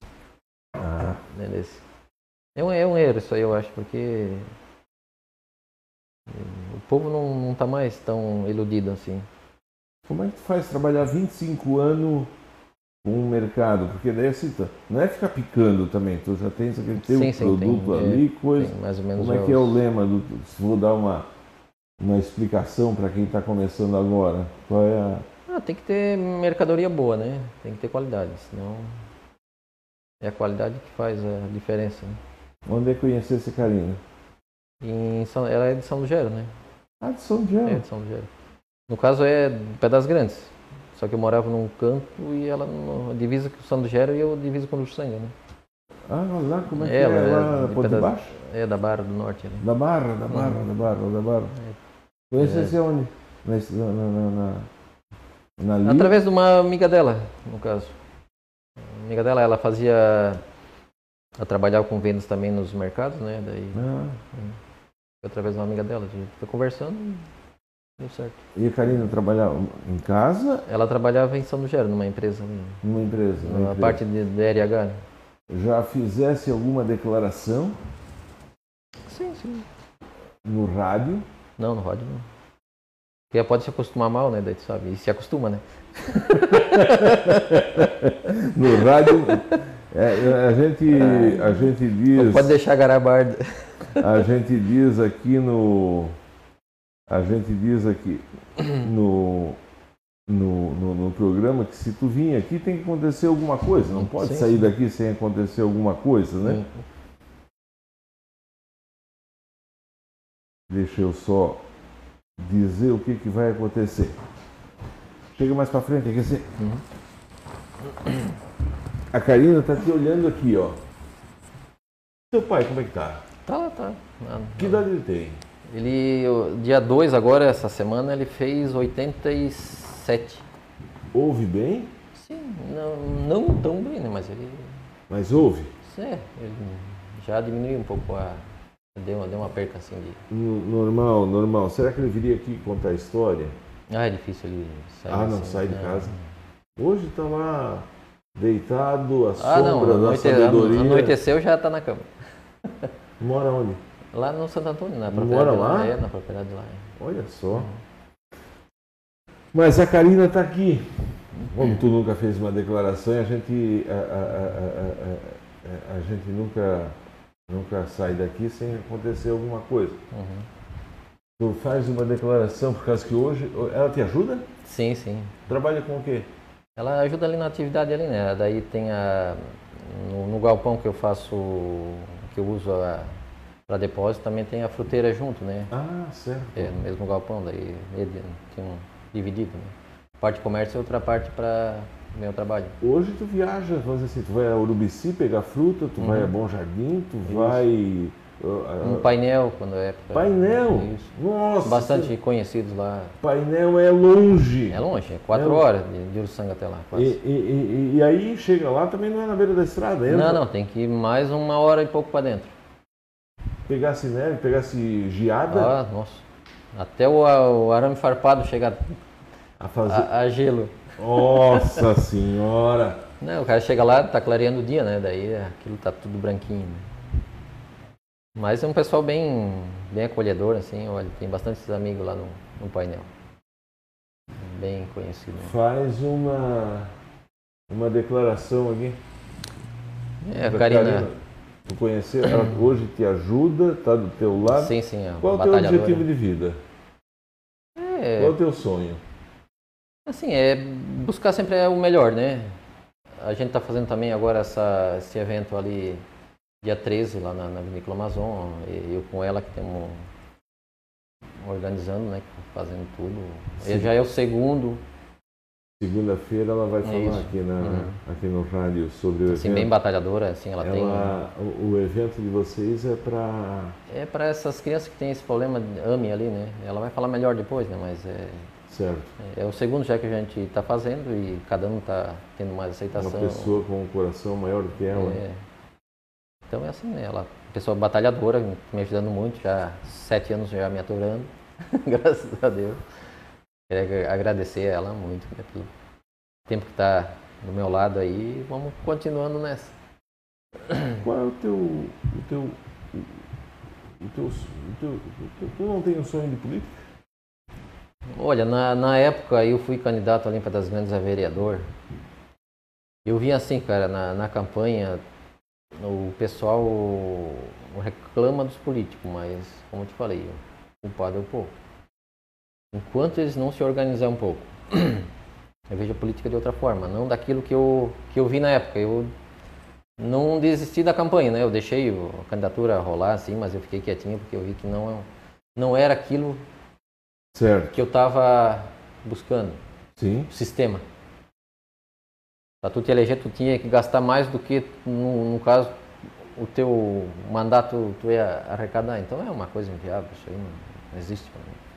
É um erro isso aí, eu acho, porque o povo não está mais tão iludido assim. Como é que tu faz trabalhar 25 anos com o mercado? Porque daí assim, não é ficar picando também, tu já tens aquele teu produto ali, coisa. Mais ou menos. Como é que é o lema do... Se vou dar uma explicação para quem está começando agora, qual é a... Tem que ter mercadoria boa, né? Tem que ter qualidade, senão é a qualidade que faz a diferença, né? Onde é que conheceu a Karina? Ela é de São Lugero, né? De São Lugero. É de São Lugero. No caso é Pedras Grandes, só que eu morava num canto e ela divisa com São Lugero e eu diviso com Uruçanga, né? Lá como é que é? Lá por debaixo? É da Barra do Norte. Da Barra. Conheceu onde? Na linha? Através de uma amiga dela, no caso. A amiga dela, ela trabalhava com vendas também nos mercados, né? Daí, através de uma amiga dela, a gente foi conversando e deu certo. E a Karina trabalhava em casa? Ela trabalhava em São Lugero, numa empresa. Numa empresa. Na parte de RH. Né? Já fizesse alguma declaração? Sim. No rádio? Não, no rádio não. Porque pode se acostumar mal, né? Daí tu sabe, e se acostuma, né? No rádio, a gente diz... Não pode deixar garabarda. A gente diz aqui no programa que se tu vir aqui tem que acontecer alguma coisa. Não pode sair daqui sem acontecer alguma coisa, né? Sim. Deixa eu só dizer o que vai acontecer. Chega mais pra frente, quer dizer. A Karina tá te olhando aqui, ó. Seu pai, como é que tá? Tá. Que idade ele tem? Ele, dia 2 agora, essa semana, ele fez 87. Ouve bem? Sim, não tão bem, né? Mas ele... Mas ouve? Ele já diminuiu um pouco Deu uma perca assim de... Normal. Será que ele viria aqui contar a história? É difícil ele sair. Não sai de casa. Hoje tá lá deitado, à sombra da sabedoria. Anoiteceu, já tá na cama. Mora onde? Lá no Santo Antônio, na propriedade. Mora lá? Na propriedade lá. Olha só. Mas a Karina tá aqui. Como tu nunca fez uma declaração, a gente nunca sai daqui sem acontecer alguma coisa. Tu faz uma declaração por causa que hoje... Ela te ajuda? Sim. Trabalha com o quê? Ela ajuda ali na atividade ali, né? Daí tem no galpão que eu faço, que eu uso para depósito, também tem a fruteira junto, né? Certo. No mesmo galpão, daí tem dividido, né? Parte de comércio e outra parte para meu trabalho. Hoje tu viaja, vamos dizer assim, tu vai a Urubici pegar fruta, tu vai a Bom Jardim, tu vai... Um painel, quando é... Painel? Isso. Nossa! Bastante conhecidos lá. Painel é longe. É longe, é 4 horas de Uruçanga até lá, quase. E aí chega lá também não é na beira da estrada, entra? Não, tem que ir mais 1 hora e pouco para dentro. Pegasse neve, pegasse geada? Nossa. Até o arame farpado chegar A fazer... a gelo. Nossa senhora! Não, o cara chega lá, tá clareando o dia, né? Daí aquilo tá tudo branquinho, né? Mas é um pessoal bem acolhedor, assim. Olha, tem bastantes amigos lá no painel. Bem conhecido. Faz uma declaração aqui. A Karina. Tu conhecer, ela hoje te ajuda, tá do teu lado. Sim. Qual é o teu objetivo de vida? Qual é o teu sonho? Assim, é buscar sempre o melhor, né? A gente tá fazendo também agora esse evento ali, dia 13, lá na Vinícola Amazon. Eu com ela que estamos organizando, né? Fazendo tudo. Ele já é o segundo. Segunda-feira ela vai falar aqui no rádio sobre o evento. Assim, bem batalhadora, assim, ela tem... O evento de vocês é para... É para essas crianças que têm esse problema de AMI ali, né? Ela vai falar melhor depois, né? Mas certo. É o segundo já que a gente está fazendo e cada um está tendo mais aceitação. Uma pessoa com um coração maior do que ela. Então é assim, né? Ela é uma pessoa batalhadora, me ajudando muito, já 7 anos já me aturando, graças a Deus. Queria agradecer a ela muito pelo tempo que está do meu lado aí. Vamos continuando nessa. Qual é o teu tu não tem um sonho de política? Olha, na época eu fui candidato ali para das Grandes a vereador. Eu vi assim, cara, na campanha, o pessoal reclama dos políticos, mas como eu te falei, o culpado é o povo. Enquanto eles não se organizarem um pouco, eu vejo a política de outra forma, não daquilo que eu vi na época. Eu não desisti da campanha, né? Eu deixei a candidatura rolar, assim, mas eu fiquei quietinho porque eu vi que não era aquilo certo que eu estava buscando. Sim. O sistema. Para tu te eleger, tu tinha que gastar mais do que, no caso, o teu mandato tu ia arrecadar. Então é uma coisa inviável, isso aí não existe para mim.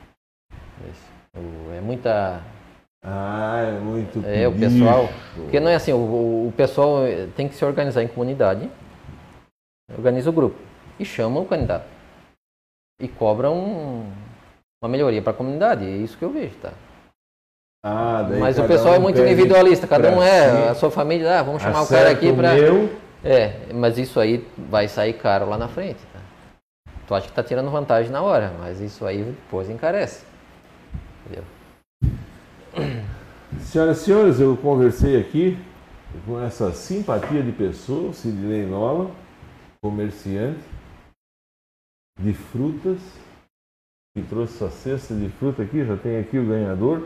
É muita... é muito o pessoal... Porque não é assim, o pessoal tem que se organizar em comunidade, organiza o grupo e chama o candidato e cobra uma melhoria para a comunidade. É isso que eu vejo, tá? Mas o pessoal é muito individualista, cada um a sua família, vamos chamar o cara aqui para... mas isso aí vai sair caro lá na frente, tá? Tu acha que tá tirando vantagem na hora, mas isso aí depois encarece. Entendeu? Senhoras e senhores, eu conversei aqui com essa simpatia de pessoa, Sidney Nola, comerciante de frutas, que trouxe essa cesta de fruta aqui, já tem aqui o ganhador.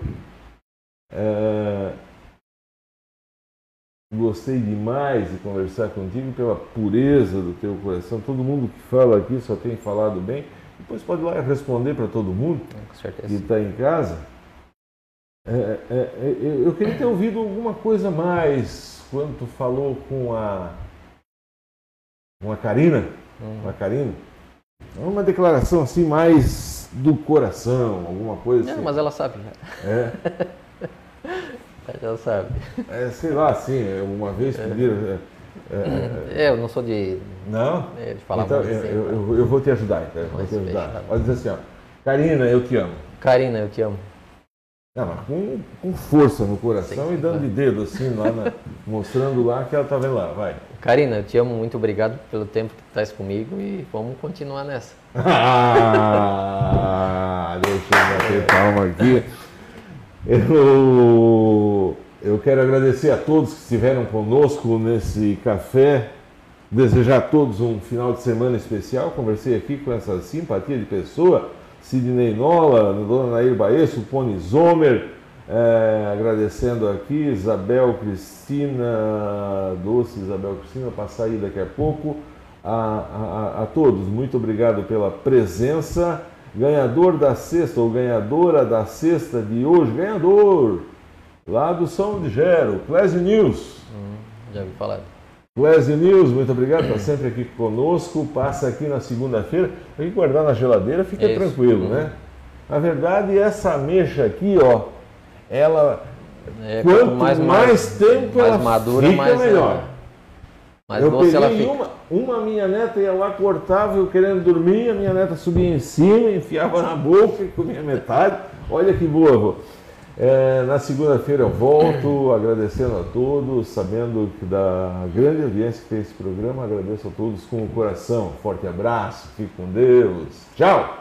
Gostei demais de conversar contigo pela pureza do teu coração. Todo mundo que fala aqui só tem falado bem. Depois pode ir lá responder para todo mundo que está em casa. Eu queria ter ouvido alguma coisa mais quando tu falou com a Karina. Uma declaração assim mais do coração, alguma coisa assim. Não, mas ela sabe já. Ela sabe. Sei lá, assim, uma vez pediram... eu não sou de... Não? De falar então, muito assim. Eu vou te ajudar, então. Vou te ajudar. Pode dizer assim, ó. Karina, eu te amo. Karina, eu te amo. Não, mas com força no coração e dando de dedo, assim, lá mostrando lá que ela tá vendo lá, vai. Karina, eu te amo, muito obrigado pelo tempo que tu estás comigo e vamos continuar nessa. Deixa eu bater palma aqui. Eu quero agradecer a todos que estiveram conosco nesse café, desejar a todos um final de semana especial. Conversei aqui com essa simpatia de pessoa, Sidney Nola, Dona Nair Baesso, Pony Zomer, agradecendo aqui Isabel Cristina, doce Isabel Cristina, passar aí daqui a pouco. A todos, muito obrigado pela presença. Ganhador da cesta, ou ganhadora da cesta de hoje, ganhador lá do São de Gero, Clésio News. Já ouvi falar. Clésio News, muito obrigado, está sempre aqui conosco, passa aqui na segunda-feira, tem que guardar na geladeira, fica tranquilo, né? Na verdade, essa ameixa aqui, ó, ela, quanto mais tempo ela madura, fica melhor. Eu peguei uma minha neta ia lá, cortava, eu querendo dormir, a minha neta subia em cima, enfiava na boca e comia metade. Olha que boa, avô. Na segunda-feira eu volto, agradecendo a todos, sabendo que da grande audiência que tem esse programa, agradeço a todos com o coração. Forte abraço, fique com Deus. Tchau!